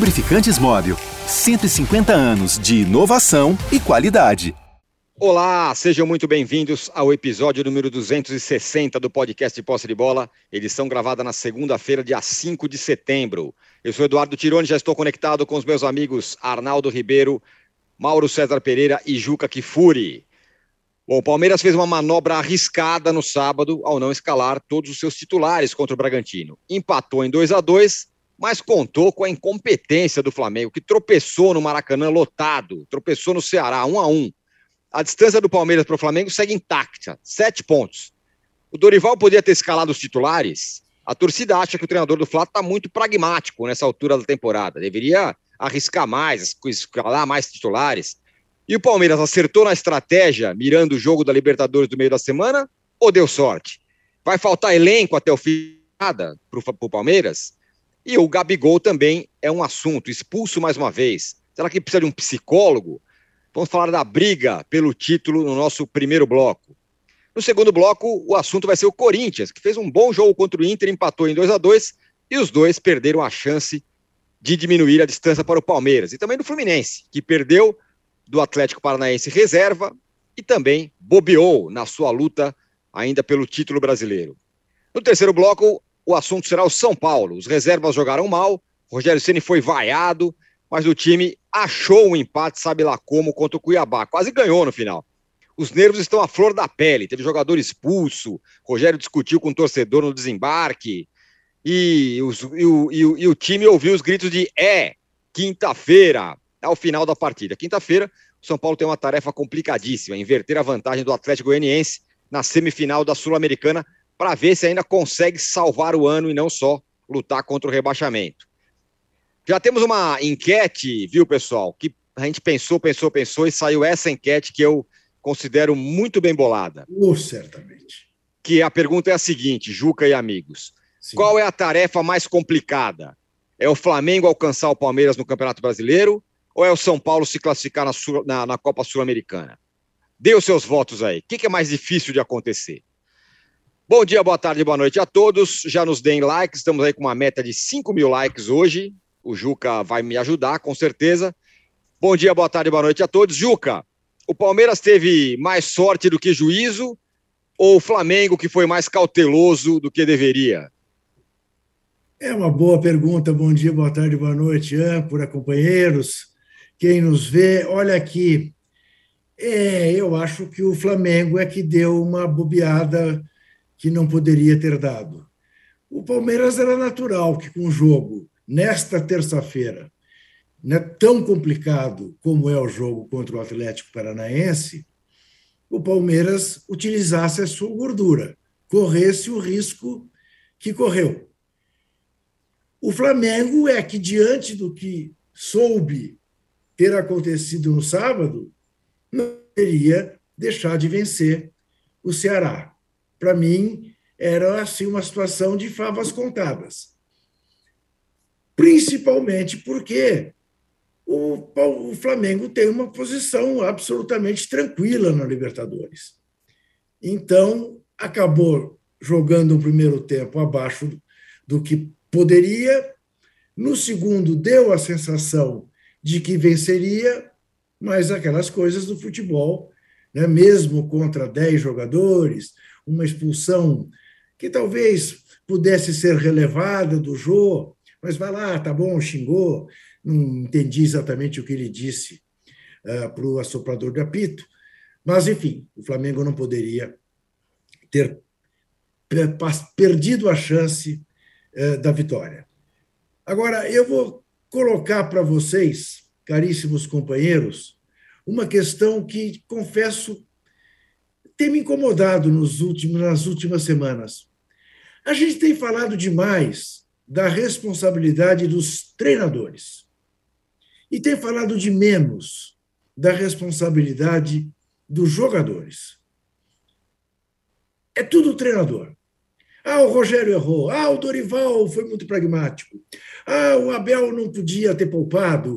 Lubrificantes Móbil. 150 anos de inovação e qualidade. Olá, sejam muito bem-vindos ao episódio número 260 do podcast de Posse de Bola, edição gravada na segunda-feira, dia 5 de setembro. Eu sou Eduardo Tironi, já estou conectado com os meus amigos Arnaldo Ribeiro, Mauro César Pereira e Juca Kifuri. Bom, o Palmeiras fez uma manobra arriscada no sábado ao não escalar todos os seus titulares contra o Bragantino. Empatou em 2-2, mas contou com a incompetência do Flamengo, que tropeçou no Maracanã lotado, tropeçou no Ceará 1-1. A distância do Palmeiras para o Flamengo segue intacta, 7 pontos. O Dorival podia ter escalado os titulares. A torcida acha que o treinador do Flá está muito pragmático nessa altura da temporada. Deveria arriscar mais, escalar mais titulares. E o Palmeiras acertou na estratégia, mirando o jogo da Libertadores do meio da semana, ou deu sorte? Vai faltar elenco até o fim para o Palmeiras? E o Gabigol também é um assunto, expulso mais uma vez. Será que precisa de um psicólogo? Vamos falar da briga pelo título no nosso primeiro bloco. No segundo bloco, o assunto vai ser o Corinthians, que fez um bom jogo contra o Inter, empatou em 2-2, e os dois perderam a chance de diminuir a distância para o Palmeiras. E também do Fluminense, que perdeu do Atlético Paranaense reserva e também bobeou na sua luta ainda pelo título brasileiro. No terceiro bloco, o assunto será o São Paulo. Os reservas jogaram mal, Rogério Ceni foi vaiado, mas o time achou um empate, sabe lá como, contra o Cuiabá. Quase ganhou no final. Os nervos estão à flor da pele. Teve jogador expulso, Rogério discutiu com o torcedor no desembarque, e o time ouviu os gritos de quinta-feira, ao final da partida. Quinta-feira, o São Paulo tem uma tarefa complicadíssima, inverter a vantagem do Atlético Goianiense na semifinal da Sul-Americana, para ver se ainda consegue salvar o ano e não só lutar contra o rebaixamento. Já temos uma enquete, viu, pessoal, que a gente pensou e saiu essa enquete que eu considero muito bem bolada. Certamente. Que a pergunta é a seguinte, Juca e amigos. Sim. Qual é a tarefa mais complicada? É o Flamengo alcançar o Palmeiras no Campeonato Brasileiro ou é o São Paulo se classificar na Copa Sul-Americana? Dê os seus votos aí. O que é mais difícil de acontecer? Bom dia, boa tarde, boa noite a todos. Já nos deem likes, estamos aí com uma meta de 5 mil likes hoje. O Juca vai me ajudar, com certeza. Bom dia, boa tarde, boa noite a todos. Juca, o Palmeiras teve mais sorte do que juízo ou o Flamengo que foi mais cauteloso do que deveria? É uma boa pergunta. Bom dia, boa tarde, boa noite, âncora, companheiros. Quem nos vê, olha aqui. Eu acho que o Flamengo é que deu uma bobeada que não poderia ter dado. O Palmeiras era natural que com o jogo nesta terça-feira, né, tão complicado como é o jogo contra o Atlético Paranaense, o Palmeiras utilizasse a sua gordura, corresse o risco que correu. O Flamengo é que, diante do que soube ter acontecido no sábado, não poderia deixar de vencer o Ceará. Para mim, era assim uma situação de favas contadas. Principalmente porque o Flamengo tem uma posição absolutamente tranquila na Libertadores. Então, acabou jogando o primeiro tempo abaixo do que poderia. No segundo, deu a sensação de que venceria, mas aquelas coisas do futebol, né? Mesmo contra 10 jogadores, uma expulsão que talvez pudesse ser relevada do Jô, mas vai lá, tá bom, xingou, não entendi exatamente o que ele disse para o assoprador de apito, mas, enfim, o Flamengo não poderia ter perdido a chance da vitória. Agora, eu vou colocar para vocês, caríssimos companheiros, uma questão que, confesso, tem me incomodado nas últimas semanas. A gente tem falado demais da responsabilidade dos treinadores e tem falado de menos da responsabilidade dos jogadores. É tudo o treinador. O Rogério errou. O Dorival foi muito pragmático. O Abel não podia ter poupado.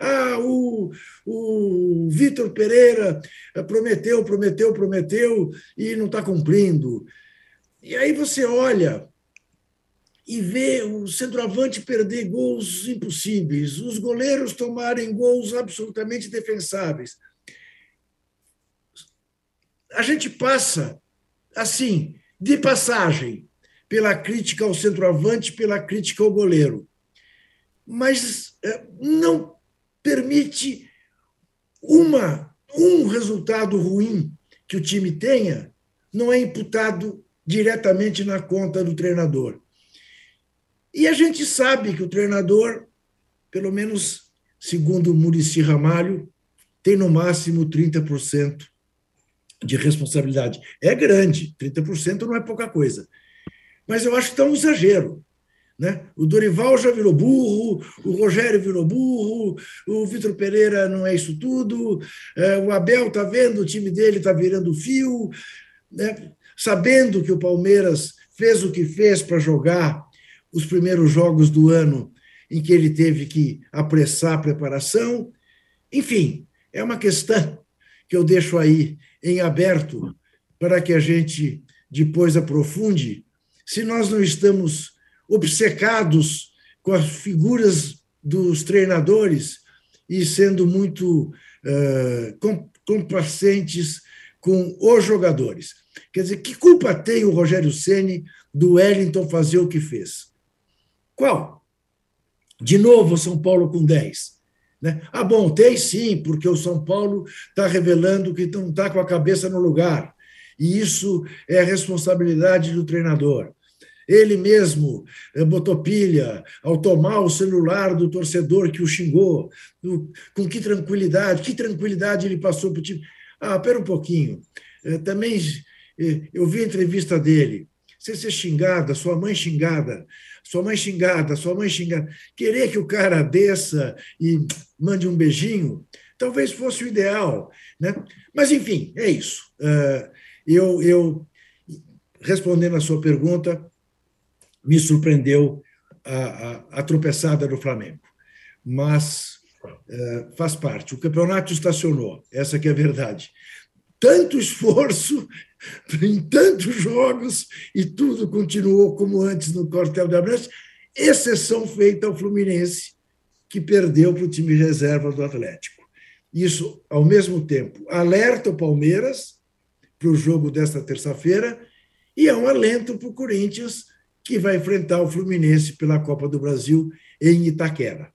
O Vitor Pereira prometeu e não está cumprindo. E aí você olha e ver o centroavante perder gols impossíveis, os goleiros tomarem gols absolutamente defensáveis. A gente passa, assim, de passagem, pela crítica ao centroavante, pela crítica ao goleiro, mas não permite um resultado ruim que o time tenha, não é imputado diretamente na conta do treinador. E a gente sabe que o treinador, pelo menos segundo o Muricy Ramalho, tem no máximo 30% de responsabilidade. É grande, 30% não é pouca coisa. Mas eu acho que está um exagero. Né? O Dorival já virou burro, o Rogério virou burro, o Vitor Pereira não é isso tudo, o Abel está vendo, o time dele está virando fio, né? Sabendo que o Palmeiras fez o que fez para jogar os primeiros jogos do ano em que ele teve que apressar a preparação. Enfim, é uma questão que eu deixo aí em aberto para que a gente depois aprofunde, se nós não estamos obcecados com as figuras dos treinadores e sendo muito complacentes com os jogadores. Quer dizer, que culpa tem o Rogério Ceni do Wellington fazer o que fez? Qual? De novo, o São Paulo com 10. Né? Ah, bom, tem sim, porque o São Paulo está revelando que não está com a cabeça no lugar. E isso é responsabilidade do treinador. Ele mesmo botou pilha ao tomar o celular do torcedor que o xingou. Com que tranquilidade ele passou para o time. Ah, espera um pouquinho. Também eu vi a entrevista dele. Você ser xingada, sua mãe xingada, querer que o cara desça e mande um beijinho, talvez fosse o ideal. Né? Mas, enfim, é isso. Eu respondendo à sua pergunta, me surpreendeu a tropeçada do Flamengo. Mas faz parte. O campeonato estacionou, essa que é a verdade. Tanto esforço em tantos jogos e tudo continuou como antes no Quartel de Abrantes, exceção feita ao Fluminense, que perdeu para o time reserva do Atlético. Isso, ao mesmo tempo, alerta o Palmeiras para o jogo desta terça-feira e é um alento para o Corinthians, que vai enfrentar o Fluminense pela Copa do Brasil em Itaquera.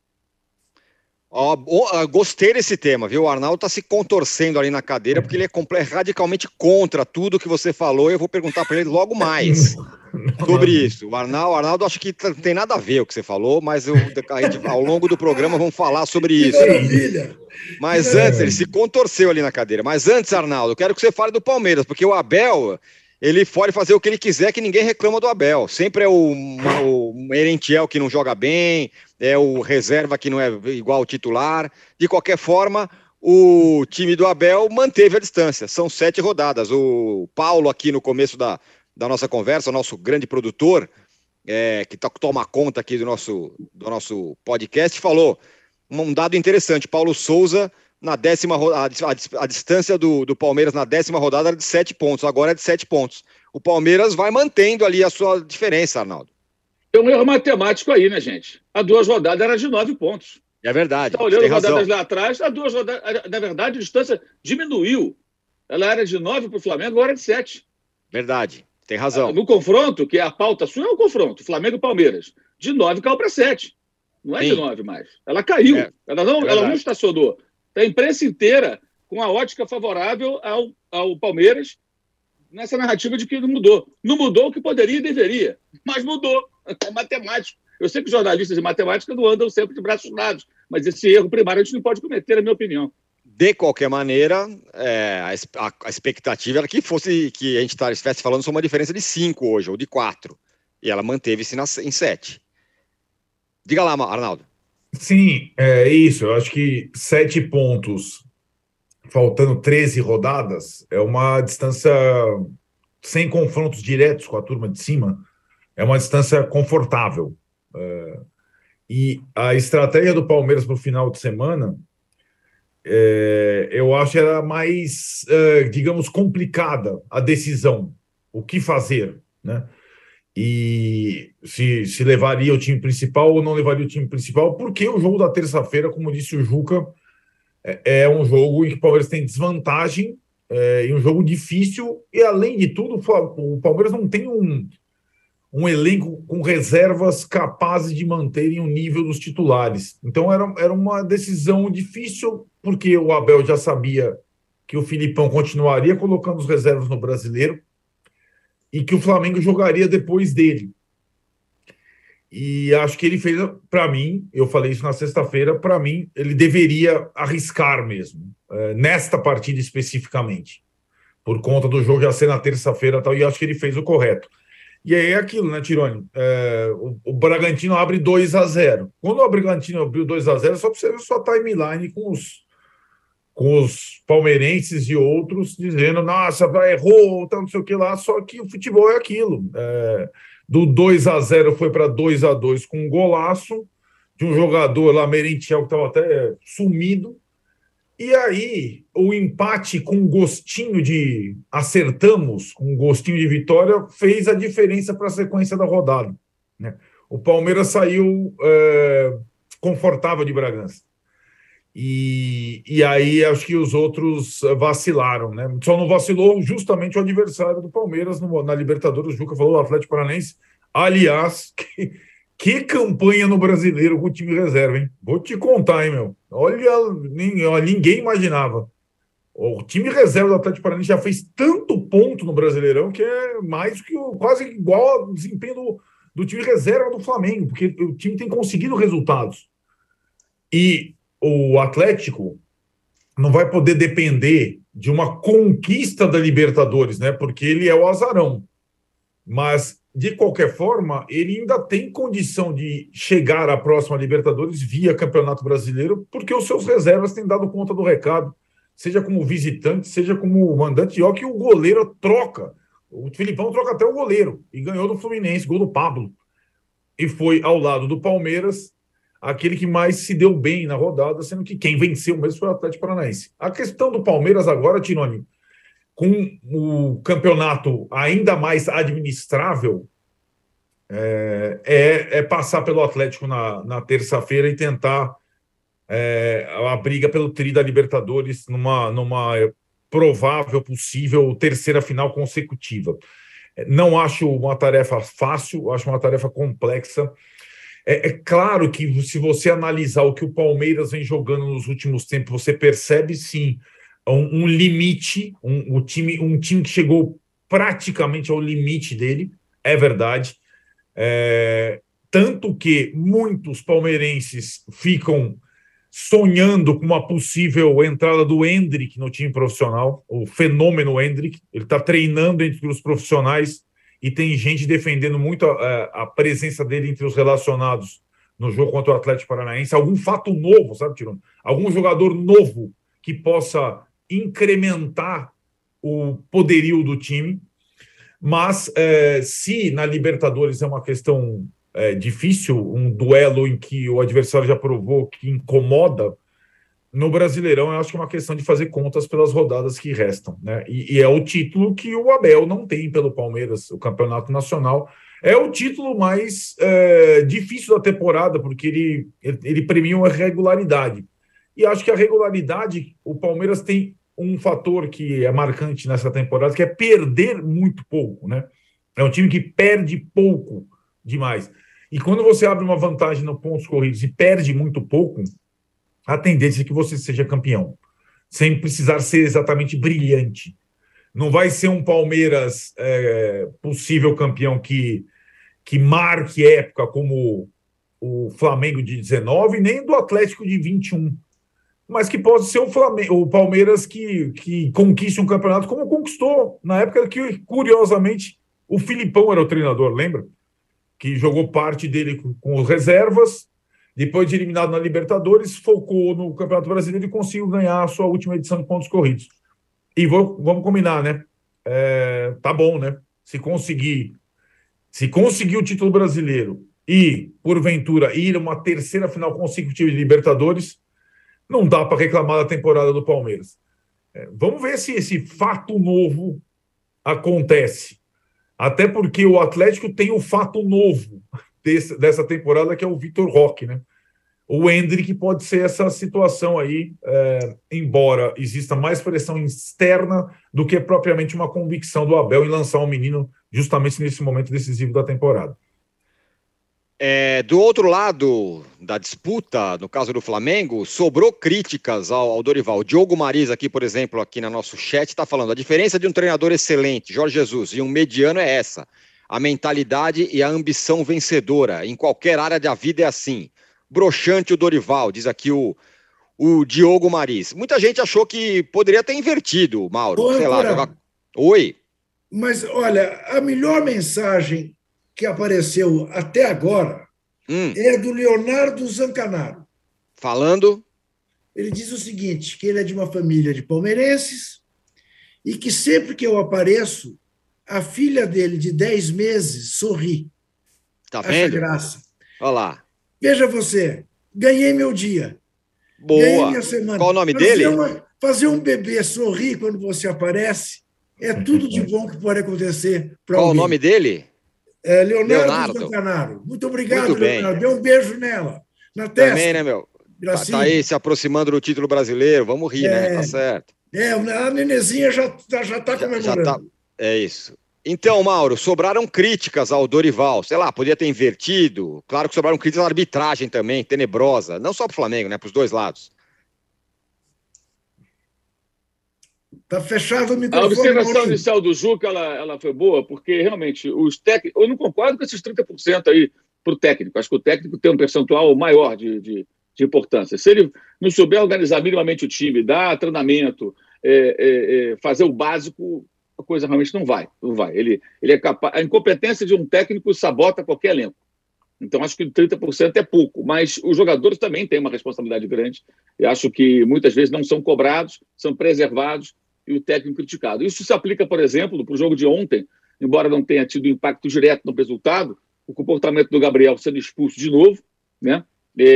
Gostei desse tema, viu? O Arnaldo está se contorcendo ali na cadeira porque ele é radicalmente contra tudo que você falou e eu vou perguntar para ele logo mais sobre isso. O Arnaldo acho que não tem nada a ver o que você falou, mas ao longo do programa vamos falar sobre isso. Maravilha! Mas antes, ele se contorceu ali na cadeira. Mas antes, Arnaldo, eu quero que você fale do Palmeiras, porque o Abel... ele pode fazer o que ele quiser, que ninguém reclama do Abel. Sempre é o Merentiel que não joga bem, é o reserva que não é igual ao titular. De qualquer forma, o time do Abel manteve a distância. São 7 rodadas. O Paulo, aqui no começo da nossa conversa, o nosso grande produtor, que toma conta aqui do nosso podcast, falou um dado interessante. Paulo Souza... na 10ª rodada, a distância do Palmeiras na 10ª rodada era de 7 pontos, agora é de 7 pontos. O Palmeiras vai mantendo ali a sua diferença, Arnaldo. Tem um erro matemático aí, né, gente? Há 2 rodadas era de 9 pontos. É verdade. Está olhando rodadas lá atrás, há 2 rodadas, na verdade, a distância diminuiu. Ela era de 9 para o Flamengo, agora é de 7. Verdade, tem razão. No confronto, que é a pauta sua, é o confronto, Flamengo e Palmeiras. De 9 caiu para 7. Não é Sim. de 9 mais. Ela caiu. Ela não estacionou. A imprensa inteira com a ótica favorável ao Palmeiras nessa narrativa de que não mudou. Não mudou o que poderia e deveria, mas mudou. É matemático. Eu sei que jornalistas de matemática não andam sempre de braços dados, mas esse erro primário a gente não pode cometer, na minha opinião. De qualquer maneira, a expectativa era que a gente estivesse falando sobre uma diferença de 5 hoje, ou de 4. E ela manteve-se em 7. Diga lá, Arnaldo. Sim, é isso. Eu acho que 7 pontos, faltando 13 rodadas, é uma distância sem confrontos diretos com a turma de cima, é uma distância confortável. E a estratégia do Palmeiras para o final de semana, eu acho que era mais, digamos, complicada a decisão, o que fazer, né? e se levaria o time principal ou não levaria o time principal, porque o jogo da terça-feira, como disse o Juca, é um jogo em que o Palmeiras tem desvantagem, e um jogo difícil, e além de tudo, o Palmeiras não tem um elenco com reservas capazes de manterem o nível dos titulares. Então era uma decisão difícil, porque o Abel já sabia que o Filipão continuaria colocando os reservas no Brasileiro e que o Flamengo jogaria depois dele. E acho que ele fez, para mim, eu falei isso na sexta-feira, para mim, ele deveria arriscar mesmo, nesta partida especificamente, por conta do jogo já ser na terça-feira e tal, e acho que ele fez o correto. E aí é aquilo, né, Tironi? O Bragantino abre 2-0. Quando o Bragantino abriu 2-0, só para você ver sua timeline com os palmeirenses e outros dizendo, nossa, errou, não sei o que lá, só que o futebol é aquilo. Do 2-0 foi para 2-2 com um golaço de um jogador lá, Merentiel, que estava até sumido. E aí, o empate com gostinho de acertamos, com gostinho de vitória, fez a diferença para a sequência da rodada, né? O Palmeiras saiu confortável de Bragança. E aí acho que os outros vacilaram, né? Só não vacilou justamente o adversário do Palmeiras na Libertadores. O Juca falou, o Atlético Paranaense. Aliás, que campanha no Brasileiro com o time reserva, hein? Vou te contar, hein, meu? Olha, ninguém imaginava. O time reserva do Atlético Paranaense já fez tanto ponto no Brasileirão que é mais que quase igual ao desempenho do time reserva do Flamengo, porque o time tem conseguido resultados. E o Atlético não vai poder depender de uma conquista da Libertadores, né? Porque ele é o azarão. Mas, de qualquer forma, ele ainda tem condição de chegar à próxima Libertadores via Campeonato Brasileiro, porque os seus reservas têm dado conta do recado, seja como visitante, seja como mandante. E olha que o goleiro troca. O Filipão troca até o goleiro e ganhou do Fluminense, gol do Pablo. E foi ao lado do Palmeiras aquele que mais se deu bem na rodada, sendo que quem venceu mesmo foi o Atlético Paranaense. A questão do Palmeiras agora, Tironi, com o campeonato ainda mais administrável, passar pelo Atlético na terça-feira e tentar a briga pelo tri da Libertadores numa provável, possível terceira final consecutiva. Não acho uma tarefa fácil, acho uma tarefa complexa. É claro que se você analisar o que o Palmeiras vem jogando nos últimos tempos, você percebe sim um limite, um time que chegou praticamente ao limite dele, é verdade. Tanto que muitos palmeirenses ficam sonhando com uma possível entrada do Endrick no time profissional, o fenômeno Endrick. Ele está treinando entre os profissionais e tem gente defendendo muito a presença dele entre os relacionados no jogo contra o Atlético Paranaense. Algum fato novo, sabe, Tirone? Algum jogador novo que possa incrementar o poderio do time. Mas se na Libertadores é uma questão difícil, um duelo em que o adversário já provou que incomoda, no Brasileirão eu acho que é uma questão de fazer contas pelas rodadas que restam, né? E é o título que o Abel não tem pelo Palmeiras, o Campeonato Nacional. É o título mais difícil da temporada, porque ele premia a regularidade. E acho que a regularidade, o Palmeiras tem um fator que é marcante nessa temporada, que é perder muito pouco, né? É um time que perde pouco demais. E quando você abre uma vantagem no pontos corridos e perde muito pouco, a tendência é que você seja campeão, sem precisar ser exatamente brilhante. Não vai ser um Palmeiras possível campeão que marque época como o Flamengo de 19, nem do Atlético de 21, mas que pode ser o Palmeiras que conquiste um campeonato como conquistou na época que, curiosamente, o Filipão era o treinador, lembra? Que jogou parte dele com as reservas, depois de eliminado na Libertadores, focou no Campeonato Brasileiro e conseguiu ganhar a sua última edição de pontos corridos. E vamos combinar, né? Tá bom, né? Se conseguir o título brasileiro e, porventura, ir a uma terceira final consecutiva de Libertadores, não dá para reclamar da temporada do Palmeiras. Vamos ver se esse fato novo acontece. Até porque o Atlético tem o fato novo dessa temporada, que é o Vitor Roque, né? O Endrick pode ser essa situação aí, embora exista mais pressão externa do que propriamente uma convicção do Abel em lançar um menino justamente nesse momento decisivo da temporada. Do outro lado da disputa, no caso do Flamengo, sobrou críticas ao Dorival. O Diogo Mariz aqui, por exemplo, aqui no nosso chat, está falando: a diferença de um treinador excelente, Jorge Jesus, e um mediano é essa: a mentalidade e a ambição vencedora. Em qualquer área da vida é assim. Broxante o Dorival, diz aqui o Diogo Mariz. Muita gente achou que poderia ter invertido, Mauro. Sei lá, jogar... Oi? Mas, olha, a melhor mensagem que apareceu até agora é do Leonardo Zancanaro. Falando? Ele diz o seguinte, que ele é de uma família de palmeirenses e que sempre que eu apareço, a filha dele, de 10 meses, sorri. Tá vendo? Acha graça. Olha lá. Veja você, ganhei meu dia. Boa. Ganhei minha semana. Qual o nome dele? Fazer um bebê sorrir quando você aparece é tudo de bom que pode acontecer para alguém. Qual o nome dele? Leonardo Zancanaro. Muito obrigado, muito bem. Leonardo. Dê um beijo nela, na testa. Também, né, meu? Gracinha. Tá aí se aproximando do título brasileiro. Vamos rir, né? Tá certo. A nenezinha já tá comemorando. É isso. Então, Mauro, sobraram críticas ao Dorival. Sei lá, podia ter invertido. Claro que sobraram críticas à arbitragem também, tenebrosa. Não só para o Flamengo, né? Para os dois lados. Está fechado o microfone. A observação inicial do Juca, ela foi boa, porque realmente os técnicos... Eu não concordo com esses 30% aí para o técnico. Acho que o técnico tem um percentual maior de importância. Se ele não souber organizar minimamente o time, dar treinamento, fazer o básico, a coisa realmente não vai. Ele é capaz... A incompetência de um técnico sabota qualquer elenco. Então, acho que 30% é pouco, mas os jogadores também têm uma responsabilidade grande. E acho que muitas vezes não são cobrados, são preservados e o técnico criticado. Isso se aplica, por exemplo, para o jogo de ontem, embora não tenha tido impacto direto no resultado, o comportamento do Gabriel sendo expulso de novo, né?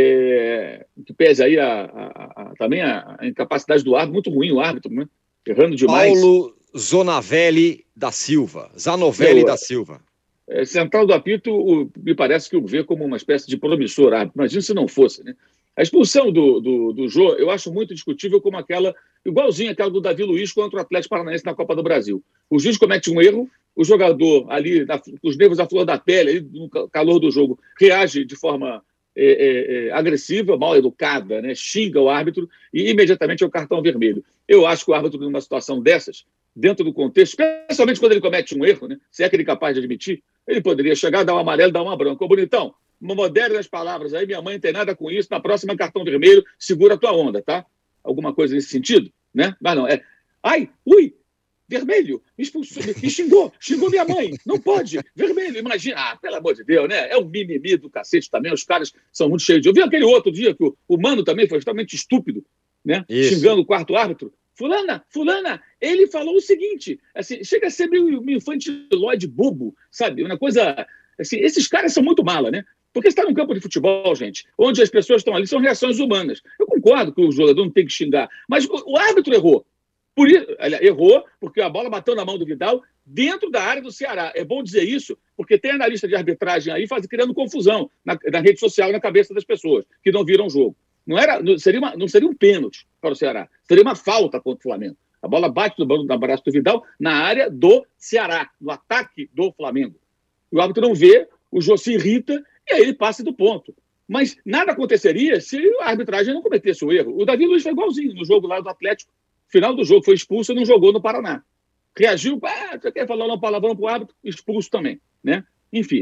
Que pese aí também a incapacidade do árbitro, muito ruim o árbitro, né? Errando demais. Paulo Zanovelli da Silva. Da Silva. Central do apito, me parece que o vê como uma espécie de promissor árbitro. Imagina se não fosse, né? A expulsão do Jô, eu acho muito discutível como igualzinho aquela do Davi Luiz contra o Atlético Paranaense na Copa do Brasil. O juiz comete um erro, o jogador ali, com os nervos à flor da pele, ali, no calor do jogo, reage de forma agressiva, mal educada, né? Xinga o árbitro e imediatamente é o cartão vermelho. Eu acho que o árbitro, numa situação dessas, dentro do contexto, especialmente quando ele comete um erro, né? Se é que ele é capaz de admitir, ele poderia chegar, dar um amarelo, dar uma branca. Ô, bonitão, modere as palavras aí, minha mãe não tem nada com isso, na próxima cartão vermelho, segura a tua onda, tá? Alguma coisa nesse sentido, né? Mas não, ai, ui, vermelho, me expulsou, me xingou minha mãe, não pode, vermelho, imagina, pelo amor de Deus, né? É um mimimi do cacete também, os caras são muito cheios de... Eu vi aquele outro dia que o Mano também foi extremamente estúpido, né? Isso. Xingando o quarto árbitro. Fulana, ele falou o seguinte, assim, chega a ser meio infantiloide bobo, sabe? Uma coisa, assim, esses caras são muito mala, né? Porque você está num campo de futebol, gente, onde as pessoas estão ali, são reações humanas. Eu concordo que o jogador não tem que xingar, mas o árbitro errou. Errou porque a bola bateu na mão do Vidal dentro da área do Ceará. É bom dizer isso, porque tem analista de arbitragem aí criando confusão na rede social, na cabeça das pessoas, que não viram o jogo. Não seria um pênalti para o Ceará, seria uma falta contra o Flamengo. A bola bate no braço do Vidal na área do Ceará, no ataque do Flamengo. O árbitro não vê, o Jô se irrita e aí ele passa do ponto. Mas nada aconteceria se a arbitragem não cometesse o erro. O Davi Luiz foi igualzinho no jogo lá do Atlético. Final do jogo, foi expulso e não jogou no Paraná. Reagiu, você quer falar um palavrão para o árbitro? Expulso também, né? Enfim,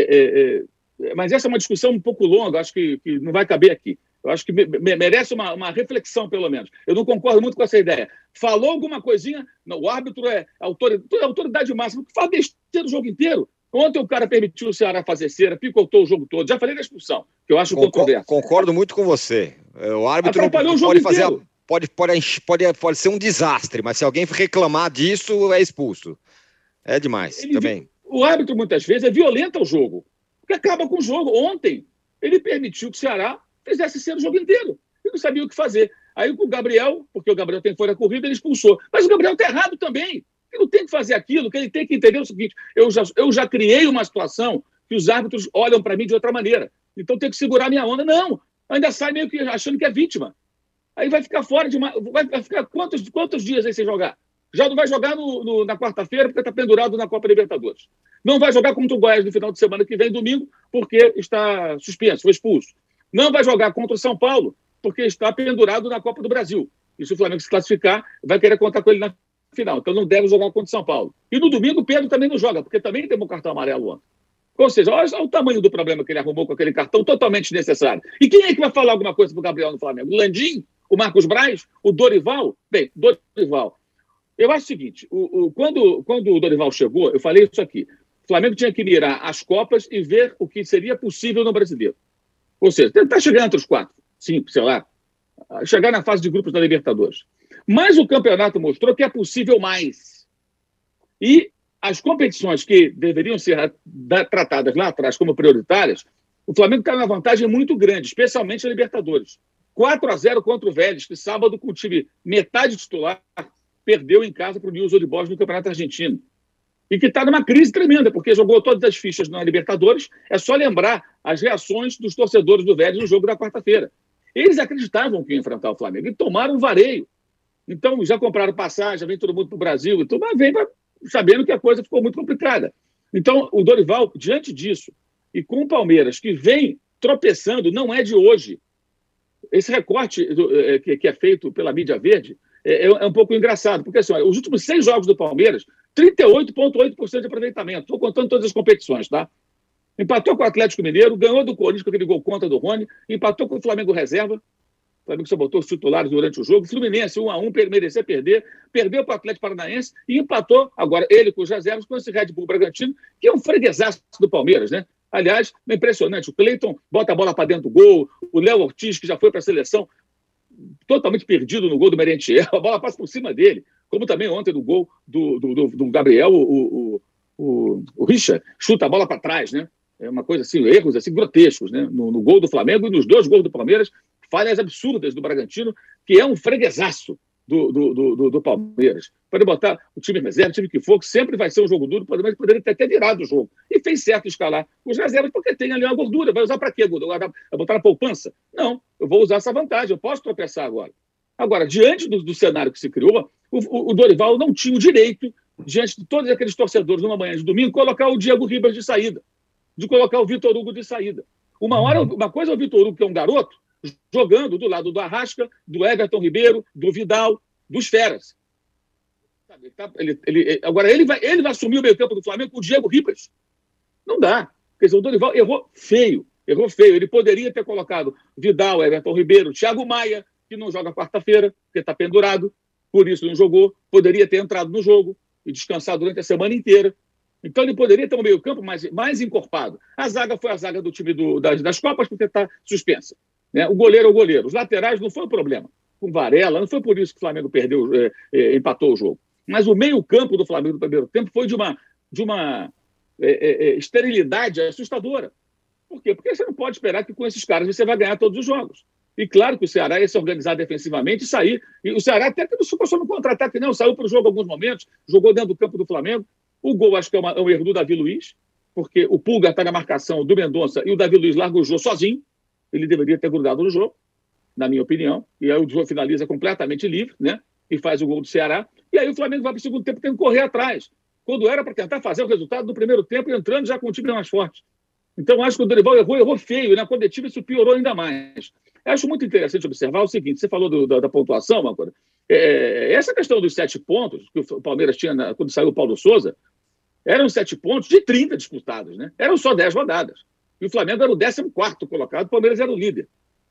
mas essa é uma discussão um pouco longa, acho que não vai caber aqui. Eu acho que merece uma reflexão, pelo menos. Eu não concordo muito com essa ideia. Falou alguma coisinha, não, o árbitro é autoridade máxima, que faz besteira o jogo inteiro. Ontem o cara permitiu o Ceará fazer cera, picotou o jogo todo. Já falei da expulsão, que eu acho controverso. Concordo muito com você. O árbitro não pode fazer... Pode ser um desastre, mas se alguém reclamar disso, é expulso. É demais também. O árbitro, muitas vezes, violenta o jogo, porque acaba com o jogo. Ontem, ele permitiu que o Ceará fizesse cera o jogo inteiro. Ele não sabia o que fazer. Aí o Gabriel, porque o Gabriel tem fora da corrida, ele expulsou. Mas o Gabriel está errado também. Ele não tem que fazer aquilo, que ele tem que entender o seguinte, eu já criei uma situação que os árbitros olham para mim de outra maneira. Então tem que segurar minha onda. Não, ainda sai meio que achando que é vítima. Aí vai ficar fora de vai ficar quantos dias aí sem jogar? Já não vai jogar na quarta-feira porque está pendurado na Copa Libertadores. Não vai jogar contra o Goiás no final de semana que vem, domingo, porque está suspenso, foi expulso. Não vai jogar contra o São Paulo porque está pendurado na Copa do Brasil. E se o Flamengo se classificar, vai querer contar com ele na final. Então não deve jogar contra o São Paulo. E no domingo o Pedro também não joga, porque também tem um cartão amarelo ontem. Ou seja, olha o tamanho do problema que ele arrumou com aquele cartão totalmente desnecessário. E quem é que vai falar alguma coisa para o Gabriel no Flamengo? O Landim? O Marcos Braz? O Dorival? Bem, Dorival. Eu acho o seguinte, quando o Dorival chegou, eu falei isso aqui, o Flamengo tinha que mirar as Copas e ver o que seria possível no Brasileiro. Ou seja, tentar chegar entre os 4, 5, sei lá, chegar na fase de grupos da Libertadores. Mas o campeonato mostrou que é possível mais. E as competições que deveriam ser tratadas lá atrás como prioritárias, o Flamengo está numa vantagem muito grande, especialmente a Libertadores. 4-0 contra o Vélez, que sábado, com o time metade titular, perdeu em casa para o Newell's Old Boys no Campeonato Argentino. E que está numa crise tremenda, porque jogou todas as fichas na Libertadores. É só lembrar as reações dos torcedores do Vélez no jogo da quarta-feira. Eles acreditavam que ia enfrentar o Flamengo e tomaram um vareio. Então, já compraram passagem, já vem todo mundo para o Brasil, então, mas vem sabendo que a coisa ficou muito complicada. Então, o Dorival, diante disso, e com o Palmeiras, que vem tropeçando, não é de hoje. Esse recorte que é feito pela mídia verde é um pouco engraçado, porque assim, olha, os últimos 6 jogos do Palmeiras, 38,8% de aproveitamento. Estou contando todas as competições, tá? Empatou com o Atlético Mineiro, ganhou do Corinthians com aquele gol contra do Rony, empatou com o Flamengo reserva, o Flamengo só botou os titulares durante o jogo, Fluminense 1-1, merecia perder, perdeu para o Atlético Paranaense e empatou, agora ele com os reservas, com esse Red Bull Bragantino, que é um freguesaço do Palmeiras, né? Aliás, é impressionante, o Cleiton bota a bola para dentro do gol, o Léo Ortiz, que já foi para a seleção, totalmente perdido no gol do Merentiel, a bola passa por cima dele, como também ontem no gol do Gabriel, o Richard chuta a bola para trás, né? É uma coisa assim, erros assim, grotescos, né? No gol do Flamengo e nos 2 gols do Palmeiras, falhas absurdas do Bragantino, que é um freguesaço do Palmeiras. Pode botar o time reserva, o time que for, que sempre vai ser um jogo duro, mas poderia ter até virado o jogo. E fez certo escalar os reservas, porque tem ali uma gordura. Vai usar para quê? Vai botar na poupança? Não, eu vou usar essa vantagem, eu posso tropeçar agora. Agora, diante do cenário que se criou, o Dorival não tinha o direito, diante de todos aqueles torcedores numa manhã de domingo, colocar o Diego Ribas de saída, de colocar o Vitor Hugo de saída. Uma coisa é o Vitor Hugo, que é um garoto, jogando do lado do Arrasca, do Everton Ribeiro, do Vidal, dos Feras. Agora, ele vai assumir o meio-campo do Flamengo com o Diego Ribas. Não dá. Quer dizer, o Dorival errou feio. Ele poderia ter colocado Vidal, Everton Ribeiro, Thiago Maia, que não joga quarta-feira, porque está pendurado, por isso não jogou. Poderia ter entrado no jogo e descansado durante a semana inteira. Então, ele poderia ter um meio-campo mais encorpado. A zaga foi a zaga do time das Copas, porque está suspensa. Né? O goleiro é o goleiro. Os laterais não foi um problema. Com Varela, não foi por isso que o Flamengo empatou o jogo. Mas o meio-campo do Flamengo no primeiro tempo foi de uma esterilidade assustadora. Por quê? Porque você não pode esperar que com esses caras você vai ganhar todos os jogos. E claro que o Ceará ia se organizar defensivamente e sair. E o Ceará até que não ficou só no contra-ataque, não. Saiu para o jogo em alguns momentos, jogou dentro do campo do Flamengo. O gol acho que é um erro do Davi Luiz, porque o Pulga está na marcação do Mendonça e o Davi Luiz larga o jogo sozinho. Ele deveria ter grudado no jogo, na minha opinião. E aí o jogo finaliza completamente livre, né? E faz o gol do Ceará. E aí o Flamengo vai para o segundo tempo tendo que correr atrás. Quando era para tentar fazer o resultado no primeiro tempo, entrando já com o time mais forte. Então, acho que o Dorival errou feio. E na coletiva isso piorou ainda mais. Eu acho muito interessante observar o seguinte. Você falou da pontuação, Mancora. Essa questão dos 7 pontos que o Palmeiras tinha quando saiu o Paulo Souza, eram 7 pontos de 30 disputados, né? Eram só 10 rodadas. E o Flamengo era o 14º colocado, o Palmeiras era o líder.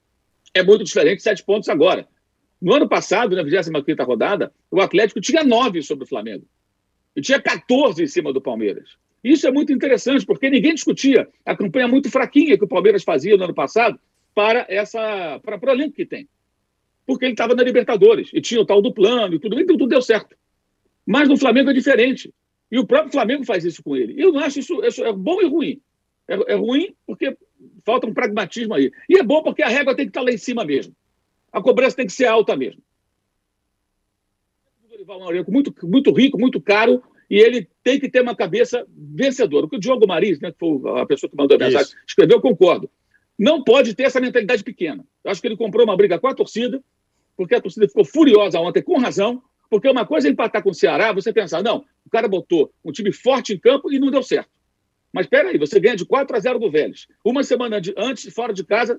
É muito diferente de 7 pontos agora. No ano passado, na 25ª rodada, o Atlético tinha 9 sobre o Flamengo. E tinha 14 em cima do Palmeiras. Isso é muito interessante, porque ninguém discutia a campanha muito fraquinha que o Palmeiras fazia no ano passado para o elenco que tem. Porque ele estava na Libertadores e tinha o tal do plano e tudo, então tudo deu certo. Mas no Flamengo é diferente. E o próprio Flamengo faz isso com ele. Eu não acho isso é bom e ruim. É ruim porque falta um pragmatismo aí. E é bom porque a régua tem que estar lá em cima mesmo. A cobrança tem que ser alta mesmo. Dorival é um elenco muito, muito rico, muito caro, e ele tem que ter uma cabeça vencedora. O que o Diogo Maris, né, que foi a pessoa que mandou a mensagem, escreveu, eu concordo. Não pode ter essa mentalidade pequena. Eu acho que ele comprou uma briga com a torcida, porque a torcida ficou furiosa ontem, com razão, porque uma coisa é empatar com o Ceará, você pensar, não, o cara botou um time forte em campo e não deu certo. Mas espera aí, você ganha de 4-0 do Vélez. Uma semana antes, fora de casa,